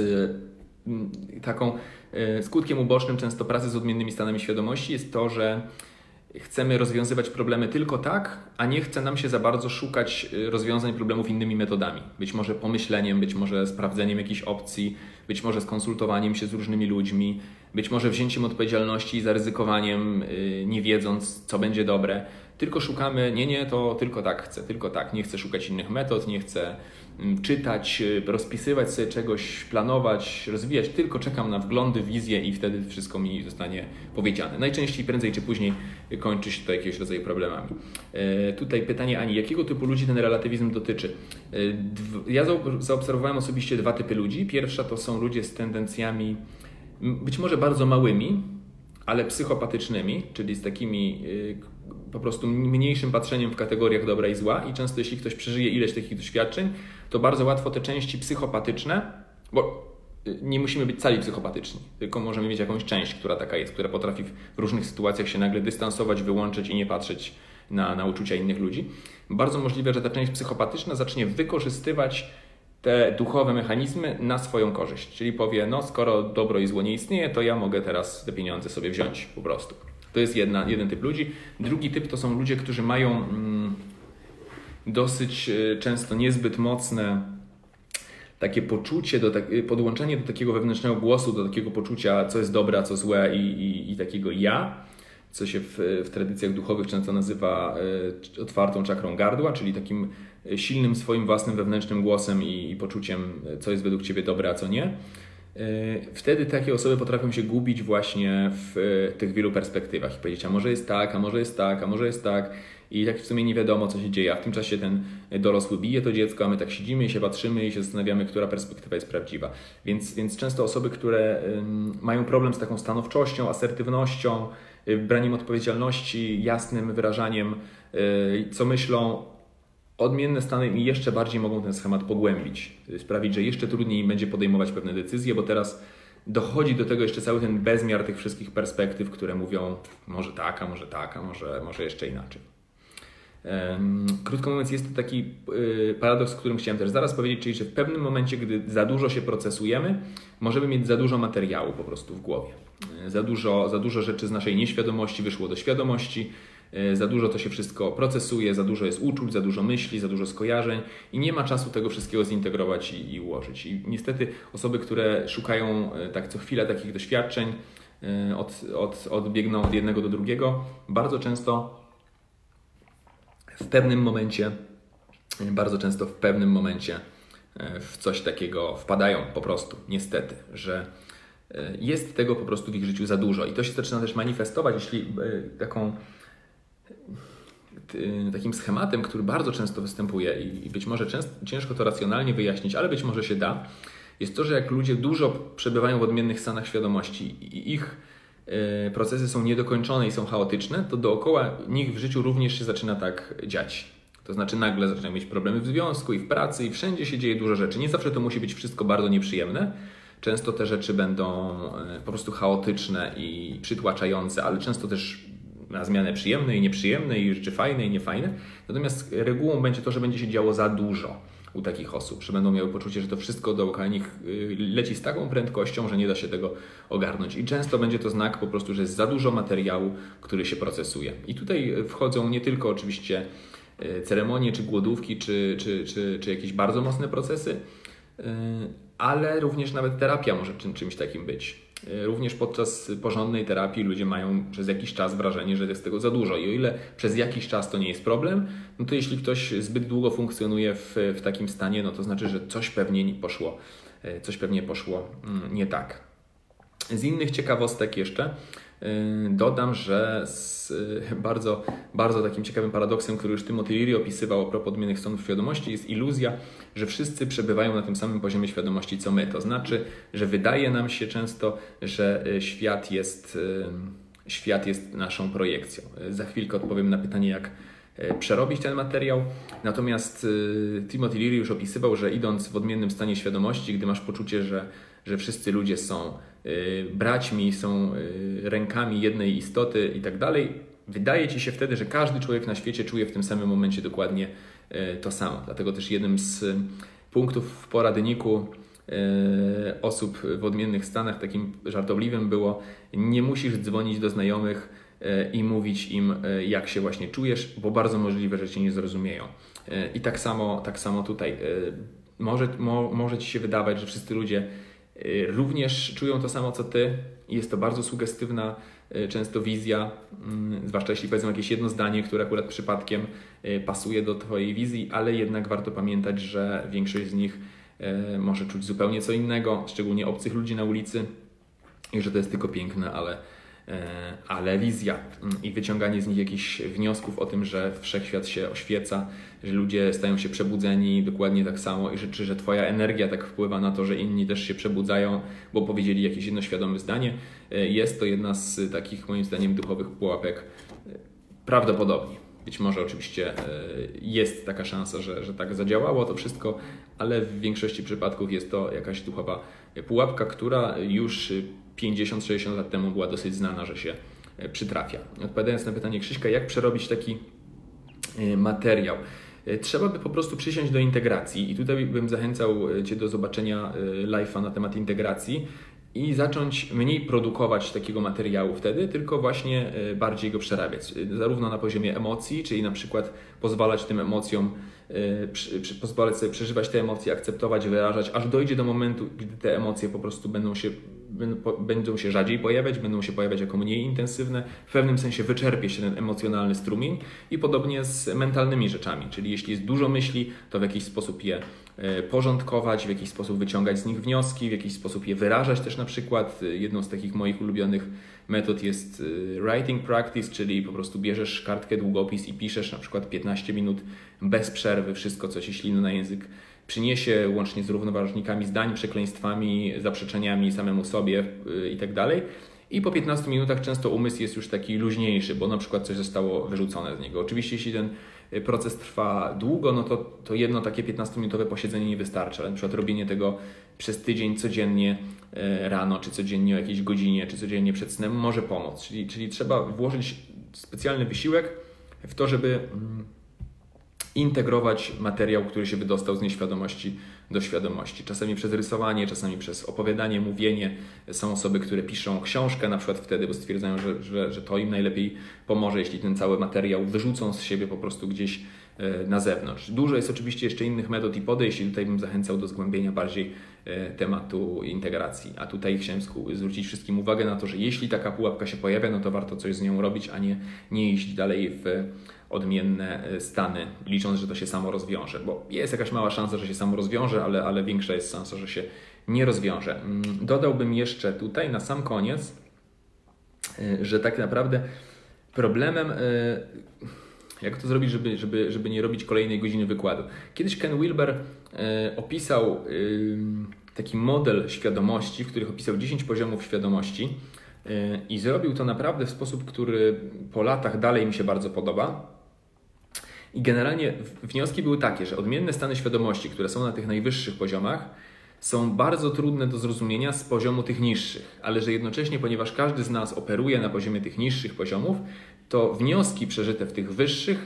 yy, taką yy, skutkiem ubocznym często pracy z odmiennymi stanami świadomości jest to, że chcemy rozwiązywać problemy tylko tak, a nie chce nam się za bardzo szukać rozwiązań problemów innymi metodami. Być może pomyśleniem, być może sprawdzeniem jakichś opcji, być może skonsultowaniem się z różnymi ludźmi, być może wzięciem odpowiedzialności i zaryzykowaniem, nie wiedząc, co będzie dobre. Tylko szukamy, nie, nie, to tylko tak chcę, tylko tak. Nie chcę szukać innych metod, nie chcę czytać, rozpisywać sobie czegoś, planować, rozwijać, tylko czekam na wglądy, wizje i wtedy wszystko mi zostanie powiedziane. Najczęściej prędzej czy później kończy się to jakiegoś rodzaju problemami. E, tutaj pytanie Ani, jakiego typu ludzi ten relatywizm dotyczy? E, dw- ja zaobserwowałem osobiście dwa typy ludzi. Pierwsza to są ludzie z tendencjami być może bardzo małymi, ale psychopatycznymi, czyli z takimi y, po prostu mniejszym patrzeniem w kategoriach dobra i zła i często jeśli ktoś przeżyje ileś takich doświadczeń, to bardzo łatwo te części psychopatyczne, bo y, nie musimy być cali psychopatyczni, tylko możemy mieć jakąś część, która taka jest, która potrafi w różnych sytuacjach się nagle dystansować, wyłączyć i nie patrzeć na, na uczucia innych ludzi. Bardzo możliwe, że ta część psychopatyczna zacznie wykorzystywać te duchowe mechanizmy na swoją korzyść. Czyli powie, no skoro dobro i zło nie istnieje, to ja mogę teraz te pieniądze sobie wziąć po prostu. To jest jedna, jeden typ ludzi. Drugi typ to są ludzie, którzy mają mm, dosyć y, często niezbyt mocne takie poczucie, do tak, podłączenie do takiego wewnętrznego głosu, do takiego poczucia, co jest dobre, a co złe i, i, i takiego ja, co się w, w tradycjach duchowych często nazywa y, otwartą czakrą gardła, czyli takim silnym swoim własnym wewnętrznym głosem i, i poczuciem, co jest według Ciebie dobre, a co nie. Wtedy takie osoby potrafią się gubić właśnie w tych wielu perspektywach i powiedzieć, a może jest tak, a może jest tak, a może jest tak i tak w sumie nie wiadomo, co się dzieje, a w tym czasie ten dorosły bije to dziecko, a my tak siedzimy i się patrzymy i się zastanawiamy, która perspektywa jest prawdziwa. Więc, więc często osoby, które mają problem z taką stanowczością, asertywnością, braniem odpowiedzialności, jasnym wyrażaniem, co myślą, odmienne stany i jeszcze bardziej mogą ten schemat pogłębić, sprawić, że jeszcze trudniej im będzie podejmować pewne decyzje, bo teraz dochodzi do tego jeszcze cały ten bezmiar tych wszystkich perspektyw, które mówią może tak, a może tak, a może, może jeszcze inaczej. Krótko mówiąc, jest to taki paradoks, o którym chciałem też zaraz powiedzieć, czyli że w pewnym momencie, gdy za dużo się procesujemy, możemy mieć za dużo materiału po prostu w głowie. Za dużo, za dużo rzeczy z naszej nieświadomości wyszło do świadomości, za dużo to się wszystko procesuje, za dużo jest uczuć, za dużo myśli, za dużo skojarzeń i nie ma czasu tego wszystkiego zintegrować i, i ułożyć. I niestety osoby, które szukają tak co chwilę takich doświadczeń, od, od, odbiegną od jednego do drugiego, bardzo często w pewnym momencie, bardzo często w pewnym momencie w coś takiego wpadają po prostu, niestety, że jest tego po prostu w ich życiu za dużo i to się zaczyna też manifestować, jeśli taką takim schematem, który bardzo często występuje i być może często, ciężko to racjonalnie wyjaśnić, ale być może się da, jest to, że jak ludzie dużo przebywają w odmiennych stanach świadomości i ich procesy są niedokończone i są chaotyczne, to dookoła nich w życiu również się zaczyna tak dziać. To znaczy nagle zaczynają mieć problemy w związku i w pracy i wszędzie się dzieje dużo rzeczy. Nie zawsze to musi być wszystko bardzo nieprzyjemne. Często te rzeczy będą po prostu chaotyczne i przytłaczające, ale często też na zmianę przyjemne i nieprzyjemne i rzeczy fajne i niefajne. Natomiast regułą będzie to, że będzie się działo za dużo u takich osób, że będą miały poczucie, że to wszystko dookoła nich leci z taką prędkością, że nie da się tego ogarnąć. I często będzie to znak po prostu, że jest za dużo materiału, który się procesuje. I tutaj wchodzą nie tylko oczywiście ceremonie, czy głodówki, czy, czy, czy, czy jakieś bardzo mocne procesy, ale również nawet terapia może czym, czymś takim być. Również podczas porządnej terapii ludzie mają przez jakiś czas wrażenie, że jest tego za dużo i o ile przez jakiś czas to nie jest problem, no to jeśli ktoś zbyt długo funkcjonuje w, w takim stanie, no to znaczy, że coś pewnie nie poszło, coś pewnie poszło nie tak. Z innych ciekawostek jeszcze dodam, że z bardzo, bardzo takim ciekawym paradoksem, który już Timothy Leary opisywał a propos odmiennych stanów świadomości, jest iluzja, że wszyscy przebywają na tym samym poziomie świadomości co my. To znaczy, że wydaje nam się często, że świat jest, świat jest naszą projekcją. Za chwilkę odpowiem na pytanie, jak przerobić ten materiał. Natomiast Timothy Leary już opisywał, że idąc w odmiennym stanie świadomości, gdy masz poczucie, że, że wszyscy ludzie są braćmi, są rękami jednej istoty i tak dalej, wydaje Ci się wtedy, że każdy człowiek na świecie czuje w tym samym momencie dokładnie to samo. Dlatego też jednym z punktów w poradniku osób w odmiennych stanach, takim żartobliwym było: nie musisz dzwonić do znajomych i mówić im, jak się właśnie czujesz, bo bardzo możliwe, że Cię nie zrozumieją. I tak samo, tak samo tutaj. Może, mo, może Ci się wydawać, że wszyscy ludzie również czują to samo co Ty. Jest to bardzo sugestywna często wizja, zwłaszcza jeśli powiedzą jakieś jedno zdanie, które akurat przypadkiem pasuje do Twojej wizji, ale jednak warto pamiętać, że większość z nich może czuć zupełnie co innego, szczególnie obcych ludzi na ulicy, i że to jest tylko piękne, ale, ale wizja i wyciąganie z nich jakichś wniosków o tym, że wszechświat się oświeca, że ludzie stają się przebudzeni dokładnie tak samo i że, czy, że Twoja energia tak wpływa na to, że inni też się przebudzają, bo powiedzieli jakieś jedno świadome zdanie. Jest to jedna z takich, moim zdaniem, duchowych pułapek. Prawdopodobnie. Być może oczywiście jest taka szansa, że, że tak zadziałało to wszystko, ale w większości przypadków jest to jakaś duchowa pułapka, która już pięćdziesiąt sześćdziesiąt lat temu była dosyć znana, że się przytrafia. Odpowiadając na pytanie Krzyśka, jak przerobić taki materiał? Trzeba by po prostu przysiąść do integracji i tutaj bym zachęcał Cię do zobaczenia live'a na temat integracji i zacząć mniej produkować takiego materiału wtedy, tylko właśnie bardziej go przerabiać. Zarówno na poziomie emocji, czyli na przykład pozwalać tym emocjom, przy, przy, pozwalać sobie przeżywać te emocje, akceptować, wyrażać, aż dojdzie do momentu, gdy te emocje po prostu będą się będą się rzadziej pojawiać, będą się pojawiać jako mniej intensywne, w pewnym sensie wyczerpie się ten emocjonalny strumień i podobnie z mentalnymi rzeczami, czyli jeśli jest dużo myśli, to w jakiś sposób je porządkować, w jakiś sposób wyciągać z nich wnioski, w jakiś sposób je wyrażać też na przykład. Jedną z takich moich ulubionych metod jest writing practice, czyli po prostu bierzesz kartkę, długopis i piszesz na przykład piętnaście minut bez przerwy wszystko, co ci ślina na język przyniesie, łącznie z równoważnikami zdań, przekleństwami, zaprzeczeniami samemu sobie i tak dalej. I po piętnastu minutach często umysł jest już taki luźniejszy, bo na przykład coś zostało wyrzucone z niego. Oczywiście jeśli ten proces trwa długo, no to, to jedno takie piętnastominutowe posiedzenie nie wystarczy, ale na przykład robienie tego przez tydzień codziennie rano, czy codziennie o jakiejś godzinie, czy codziennie przed snem może pomóc. Czyli, czyli trzeba włożyć specjalny wysiłek w to, żeby integrować materiał, który się wydostał z nieświadomości do świadomości. Czasami przez rysowanie, czasami przez opowiadanie, mówienie. Są osoby, które piszą książkę na przykład wtedy, bo stwierdzają, że, że, że to im najlepiej pomoże, jeśli ten cały materiał wyrzucą z siebie po prostu gdzieś na zewnątrz. Dużo jest oczywiście jeszcze innych metod i podejść i tutaj bym zachęcał do zgłębienia bardziej tematu integracji. A tutaj chciałem zwrócić wszystkim uwagę na to, że jeśli taka pułapka się pojawia, no to warto coś z nią robić, a nie, nie iść dalej w odmienne stany, licząc, że to się samo rozwiąże, bo jest jakaś mała szansa, że się samo rozwiąże, ale, ale większa jest szansa, że się nie rozwiąże. Dodałbym jeszcze tutaj na sam koniec, że tak naprawdę problemem, jak to zrobić, żeby, żeby, żeby nie robić kolejnej godziny wykładu. Kiedyś Ken Wilber opisał taki model świadomości, w których opisał dziesięć poziomów świadomości i zrobił to naprawdę w sposób, który po latach dalej mi się bardzo podoba. I generalnie wnioski były takie, że odmienne stany świadomości, które są na tych najwyższych poziomach, są bardzo trudne do zrozumienia z poziomu tych niższych, ale że jednocześnie, ponieważ każdy z nas operuje na poziomie tych niższych poziomów, to wnioski przeżyte w tych wyższych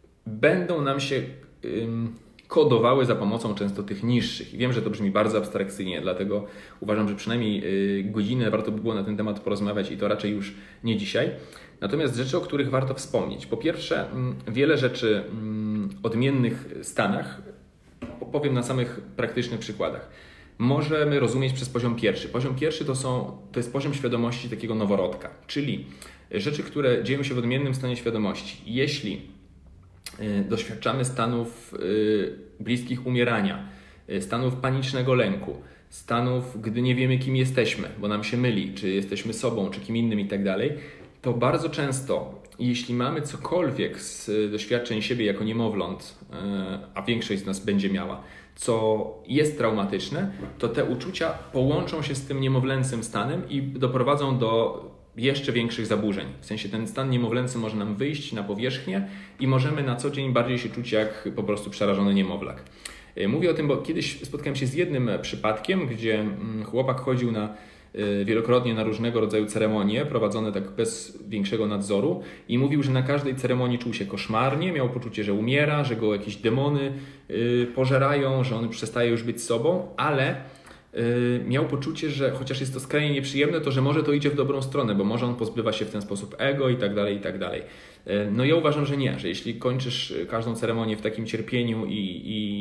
będą nam się ym, kodowały za pomocą często tych niższych. I wiem, że to brzmi bardzo abstrakcyjnie, dlatego uważam, że przynajmniej yy, godzinę warto by było na ten temat porozmawiać i to raczej już nie dzisiaj. Natomiast rzeczy, o których warto wspomnieć. Po pierwsze, wiele rzeczy w odmiennych stanach, powiem na samych praktycznych przykładach, możemy rozumieć przez poziom pierwszy. Poziom pierwszy to, są, to jest poziom świadomości takiego noworodka, czyli rzeczy, które dzieją się w odmiennym stanie świadomości. Jeśli doświadczamy stanów bliskich umierania, stanów panicznego lęku, stanów, gdy nie wiemy, kim jesteśmy, bo nam się myli, czy jesteśmy sobą, czy kim innym i tak dalej, to bardzo często, jeśli mamy cokolwiek z doświadczeń siebie jako niemowląt, a większość z nas będzie miała, co jest traumatyczne, to te uczucia połączą się z tym niemowlęcym stanem i doprowadzą do jeszcze większych zaburzeń. W sensie ten stan niemowlęcy może nam wyjść na powierzchnię i możemy na co dzień bardziej się czuć jak po prostu przerażony niemowlak. Mówię o tym, bo kiedyś spotkałem się z jednym przypadkiem, gdzie chłopak chodził na wielokrotnie na różnego rodzaju ceremonie prowadzone tak bez większego nadzoru i mówił, że na każdej ceremonii czuł się koszmarnie, miał poczucie, że umiera, że go jakieś demony pożerają, że on przestaje już być sobą, ale miał poczucie, że chociaż jest to skrajnie nieprzyjemne, to że może to idzie w dobrą stronę, bo może on pozbywa się w ten sposób ego i tak dalej, i tak dalej. No ja uważam, że nie, że jeśli kończysz każdą ceremonię w takim cierpieniu i,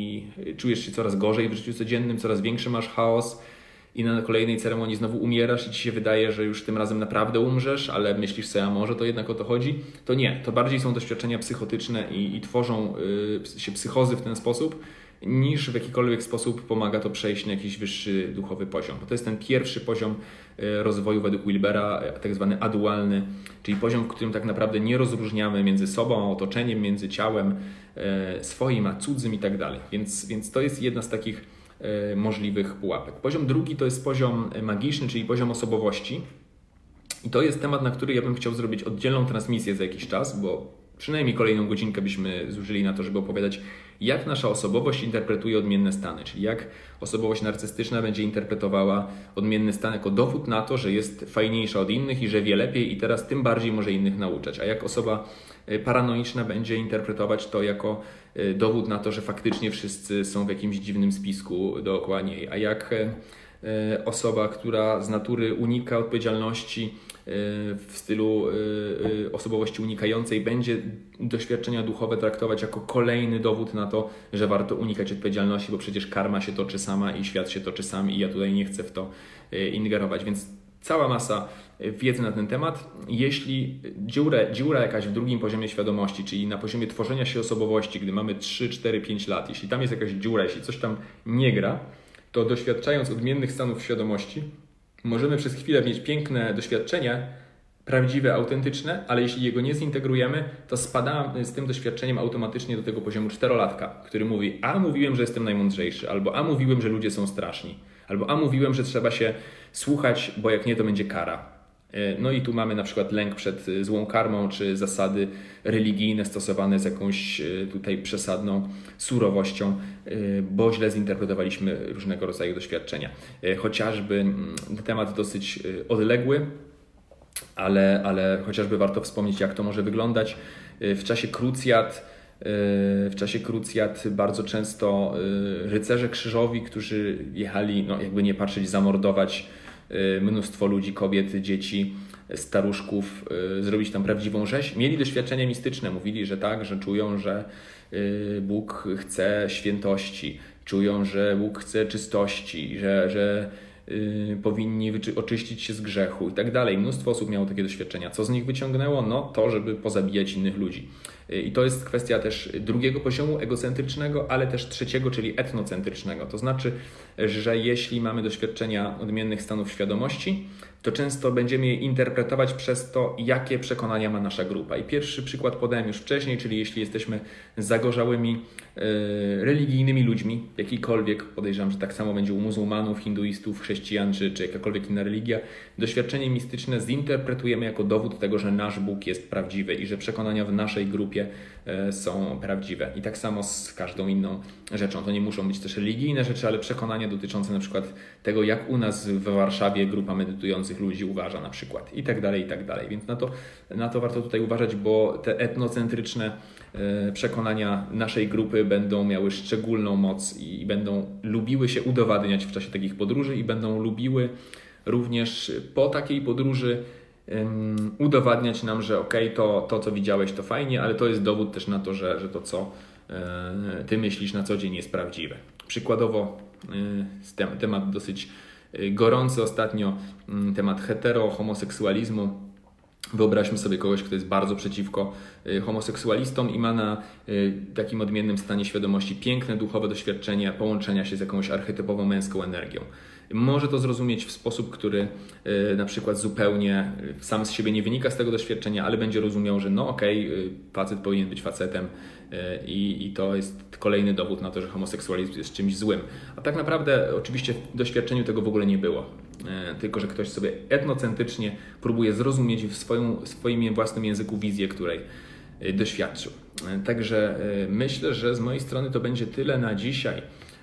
i czujesz się coraz gorzej w życiu codziennym, coraz większy masz chaos, i na kolejnej ceremonii znowu umierasz i ci się wydaje, że już tym razem naprawdę umrzesz, ale myślisz sobie, a może to jednak o to chodzi, to nie. To bardziej są doświadczenia psychotyczne i, i tworzą y, się psychozy w ten sposób, niż w jakikolwiek sposób pomaga to przejść na jakiś wyższy duchowy poziom. Bo to jest ten pierwszy poziom y, rozwoju według Wilbera, tak zwany adualny, czyli poziom, w którym tak naprawdę nie rozróżniamy między sobą, otoczeniem, między ciałem y, swoim, a cudzym i tak dalej. Więc, więc to jest jedna z takich możliwych pułapek. Poziom drugi to jest poziom magiczny, czyli poziom osobowości. I to jest temat, na który ja bym chciał zrobić oddzielną transmisję za jakiś czas, bo przynajmniej kolejną godzinkę byśmy zużyli na to, żeby opowiadać, jak nasza osobowość interpretuje odmienne stany, czyli jak osobowość narcystyczna będzie interpretowała odmienny stan jako dowód na to, że jest fajniejsza od innych i że wie lepiej i teraz tym bardziej może innych nauczać, a jak osoba paranoiczna będzie interpretować to jako dowód na to, że faktycznie wszyscy są w jakimś dziwnym spisku dookoła niej, a jak osoba, która z natury unika odpowiedzialności w stylu osobowości unikającej, będzie doświadczenia duchowe traktować jako kolejny dowód na to, że warto unikać odpowiedzialności, bo przecież karma się toczy sama i świat się toczy sam i ja tutaj nie chcę w to ingerować, więc cała masa wiedzy na ten temat. Jeśli dziura, dziura jakaś w drugim poziomie świadomości, czyli na poziomie tworzenia się osobowości, gdy mamy trzy, cztery, pięć lat, jeśli tam jest jakaś dziura, jeśli coś tam nie gra, to doświadczając odmiennych stanów świadomości, możemy przez chwilę mieć piękne doświadczenie, prawdziwe, autentyczne, ale jeśli jego nie zintegrujemy, to spadamy z tym doświadczeniem automatycznie do tego poziomu czterolatka, który mówi: a mówiłem, że jestem najmądrzejszy, albo a mówiłem, że ludzie są straszni, albo a mówiłem, że trzeba się słuchać, bo jak nie, to będzie kara. No i tu mamy na przykład lęk przed złą karmą, czy zasady religijne stosowane z jakąś tutaj przesadną surowością, bo źle zinterpretowaliśmy różnego rodzaju doświadczenia. Chociażby temat dosyć odległy, ale, ale chociażby warto wspomnieć, jak to może wyglądać. W czasie krucjat, w czasie krucjat bardzo często rycerze krzyżowi, którzy jechali, no jakby nie patrzeć, zamordować mnóstwo ludzi, kobiet, dzieci, staruszków, zrobić tam prawdziwą rzeź, mieli doświadczenia mistyczne. Mówili, że tak, że czują, że Bóg chce świętości, czują, że Bóg chce czystości, że, że powinni oczyścić się z grzechu i tak dalej. Mnóstwo osób miało takie doświadczenia. Co z nich wyciągnęło? No to, żeby pozabijać innych ludzi. I to jest kwestia też drugiego poziomu egocentrycznego, ale też trzeciego, czyli etnocentrycznego. To znaczy, że jeśli mamy doświadczenia odmiennych stanów świadomości, to często będziemy je interpretować przez to, jakie przekonania ma nasza grupa. I pierwszy przykład podałem już wcześniej, czyli jeśli jesteśmy zagorzałymi e, religijnymi ludźmi, jakikolwiek, podejrzewam, że tak samo będzie u muzułmanów, hinduistów, chrześcijan, czy, czy jakakolwiek inna religia, doświadczenie mistyczne zinterpretujemy jako dowód tego, że nasz Bóg jest prawdziwy i że przekonania w naszej grupie e, są prawdziwe. I tak samo z każdą inną rzeczą. To nie muszą być też religijne rzeczy, ale przekonania dotyczące na przykład tego, jak u nas w Warszawie grupa medytujących ludzi uważa na przykład i tak dalej, i tak dalej. Więc na to, na to warto tutaj uważać, bo te etnocentryczne e, przekonania naszej grupy będą miały szczególną moc i, i będą lubiły się udowadniać w czasie takich podróży i będą lubiły również po takiej podróży um, udowadniać nam, że okej, okay, to, to co widziałeś to fajnie, ale to jest dowód też na to, że, że to co e, ty myślisz na co dzień jest prawdziwe. Przykładowo e, temat dosyć gorący ostatnio, temat hetero-homoseksualizmu. Wyobraźmy sobie kogoś, kto jest bardzo przeciwko homoseksualistom i ma na takim odmiennym stanie świadomości piękne duchowe doświadczenie połączenia się z jakąś archetypową męską energią. Może to zrozumieć w sposób, który na przykład zupełnie sam z siebie nie wynika z tego doświadczenia, ale będzie rozumiał, że no okej, okay, facet powinien być facetem i, i to jest kolejny dowód na to, że homoseksualizm jest czymś złym. A tak naprawdę oczywiście w doświadczeniu tego w ogóle nie było. Tylko że ktoś sobie etnocentrycznie próbuje zrozumieć w swoim, swoim własnym języku wizję, której doświadczył. Także myślę, że z mojej strony to będzie tyle na dzisiaj,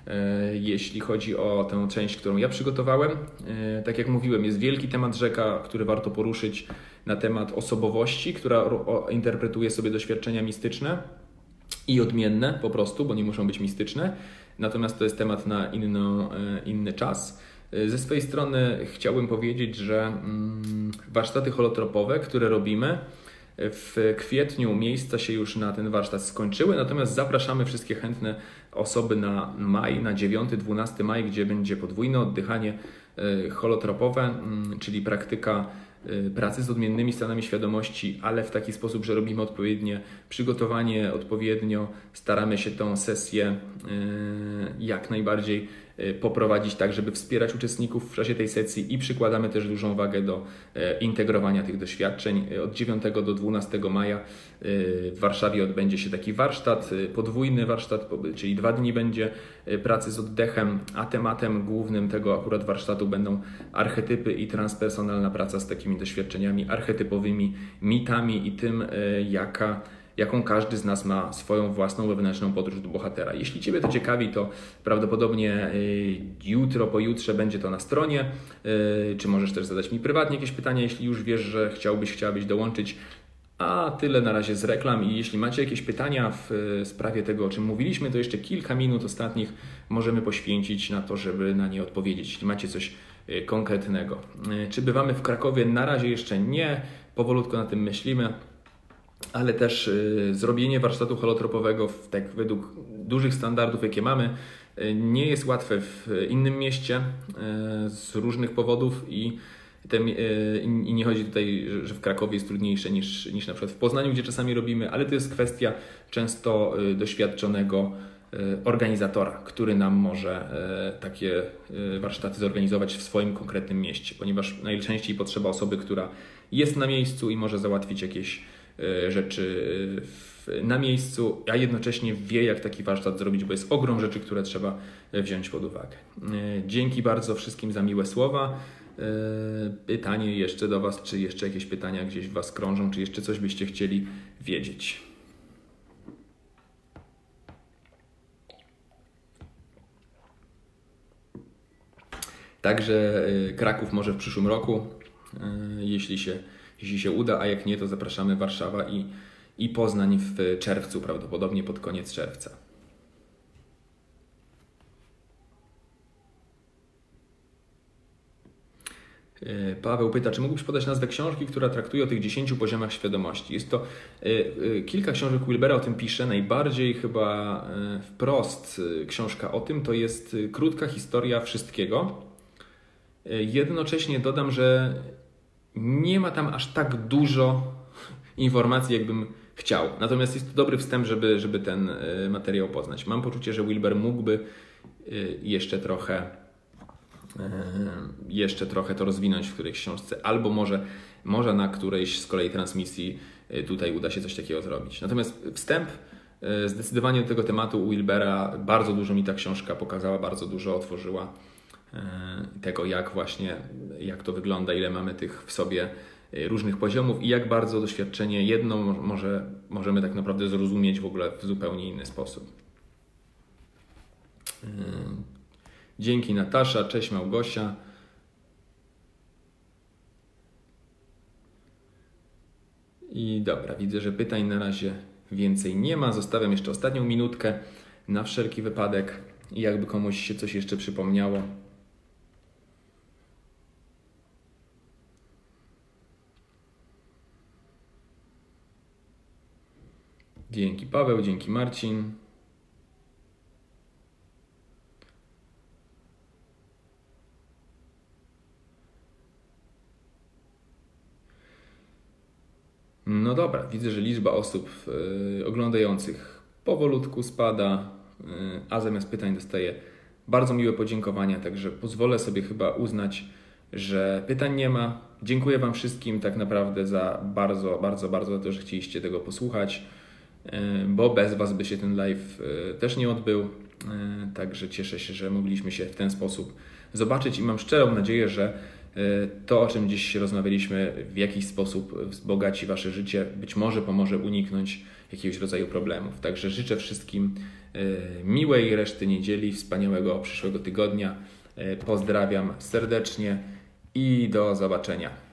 jeśli chodzi o tę część, którą ja przygotowałem. Tak jak mówiłem, jest wielki temat rzeka, który warto poruszyć na temat osobowości, która interpretuje sobie doświadczenia mistyczne i odmienne po prostu, bo nie muszą być mistyczne. Natomiast to jest temat na inną, inny czas. Ze swojej strony chciałbym powiedzieć, że warsztaty holotropowe, które robimy, w kwietniu miejsca się już na ten warsztat skończyły, natomiast zapraszamy wszystkie chętne osoby na maj, na dziewiąty dwunasty maj, gdzie będzie podwójne oddychanie holotropowe, czyli praktyka pracy z odmiennymi stanami świadomości, ale w taki sposób, że robimy odpowiednie przygotowanie, odpowiednio staramy się tę sesję jak najbardziej poprowadzić tak, żeby wspierać uczestników w czasie tej sesji i przykładamy też dużą wagę do integrowania tych doświadczeń. Od dziewiątego do dwunastego maja w Warszawie odbędzie się taki warsztat, podwójny warsztat, czyli dwa dni będzie pracy z oddechem, a tematem głównym tego akurat warsztatu będą archetypy i transpersonalna praca z takimi doświadczeniami archetypowymi, mitami i tym, jaka jaką każdy z nas ma swoją własną wewnętrzną podróż do bohatera. Jeśli Ciebie to ciekawi, to prawdopodobnie jutro, pojutrze będzie to na stronie, czy możesz też zadać mi prywatnie jakieś pytania, jeśli już wiesz, że chciałbyś, chciałabyś dołączyć. A tyle na razie z reklam i jeśli macie jakieś pytania w sprawie tego, o czym mówiliśmy, to jeszcze kilka minut ostatnich możemy poświęcić na to, żeby na nie odpowiedzieć, jeśli macie coś konkretnego. Czy bywamy w Krakowie? Na razie jeszcze nie, powolutku na tym myślimy. ale też y, zrobienie warsztatu holotropowego w, tak według dużych standardów, jakie mamy, y, nie jest łatwe w innym mieście y, z różnych powodów i, te, y, i nie chodzi tutaj, że, że w Krakowie jest trudniejsze niż, niż na przykład w Poznaniu, gdzie czasami robimy, ale to jest kwestia często y, doświadczonego y, organizatora, który nam może y, takie y, warsztaty zorganizować w swoim konkretnym mieście, ponieważ najczęściej potrzeba osoby, która jest na miejscu i może załatwić jakieś rzeczy na miejscu, a jednocześnie wie, jak taki warsztat zrobić, bo jest ogrom rzeczy, które trzeba wziąć pod uwagę. Dzięki bardzo wszystkim za miłe słowa. Pytanie jeszcze do Was, czy jeszcze jakieś pytania gdzieś w Was krążą, czy jeszcze coś byście chcieli wiedzieć? Także Kraków może w przyszłym roku, jeśli się Jeśli się uda, a jak nie, to zapraszamy Warszawa i, i Poznań w czerwcu, prawdopodobnie pod koniec czerwca. Paweł pyta, czy mógłbyś podać nazwę książki, która traktuje o tych dziesięciu poziomach świadomości? Jest to kilka książek Wilbera o tym pisze, najbardziej chyba wprost książka o tym to jest krótka historia wszystkiego. Jednocześnie dodam, że nie ma tam aż tak dużo informacji, jakbym chciał. Natomiast jest to dobry wstęp, żeby, żeby ten materiał poznać. Mam poczucie, że Wilber mógłby jeszcze trochę, jeszcze trochę to rozwinąć w którejś książce, albo może, może na którejś z kolei transmisji tutaj uda się coś takiego zrobić. Natomiast wstęp zdecydowanie do tego tematu u Wilbera bardzo dużo mi ta książka pokazała, bardzo dużo otworzyła tego, jak właśnie, jak to wygląda, ile mamy tych w sobie różnych poziomów i jak bardzo doświadczenie jedno może, możemy tak naprawdę zrozumieć w ogóle w zupełnie inny sposób. Dzięki Natasza, cześć Małgosia. I dobra, widzę, że pytań na razie więcej nie ma. Zostawiam jeszcze ostatnią minutkę na wszelki wypadek i jakby komuś się coś jeszcze przypomniało. Dzięki Paweł, dzięki Marcin. No dobra, widzę, że liczba osób y, oglądających powolutku spada, y, a zamiast pytań dostaję bardzo miłe podziękowania, także pozwolę sobie chyba uznać, że pytań nie ma. Dziękuję Wam wszystkim tak naprawdę za bardzo, bardzo, bardzo za to, że chcieliście tego posłuchać, y, bo bez Was by się ten live y, też nie odbył, y, także cieszę się, że mogliśmy się w ten sposób zobaczyć i mam szczerą nadzieję, że to, o czym dziś rozmawialiśmy, w jakiś sposób wzbogaci Wasze życie, być może pomoże uniknąć jakiegoś rodzaju problemów. Także życzę wszystkim miłej reszty niedzieli, wspaniałego przyszłego tygodnia. Pozdrawiam serdecznie i do zobaczenia.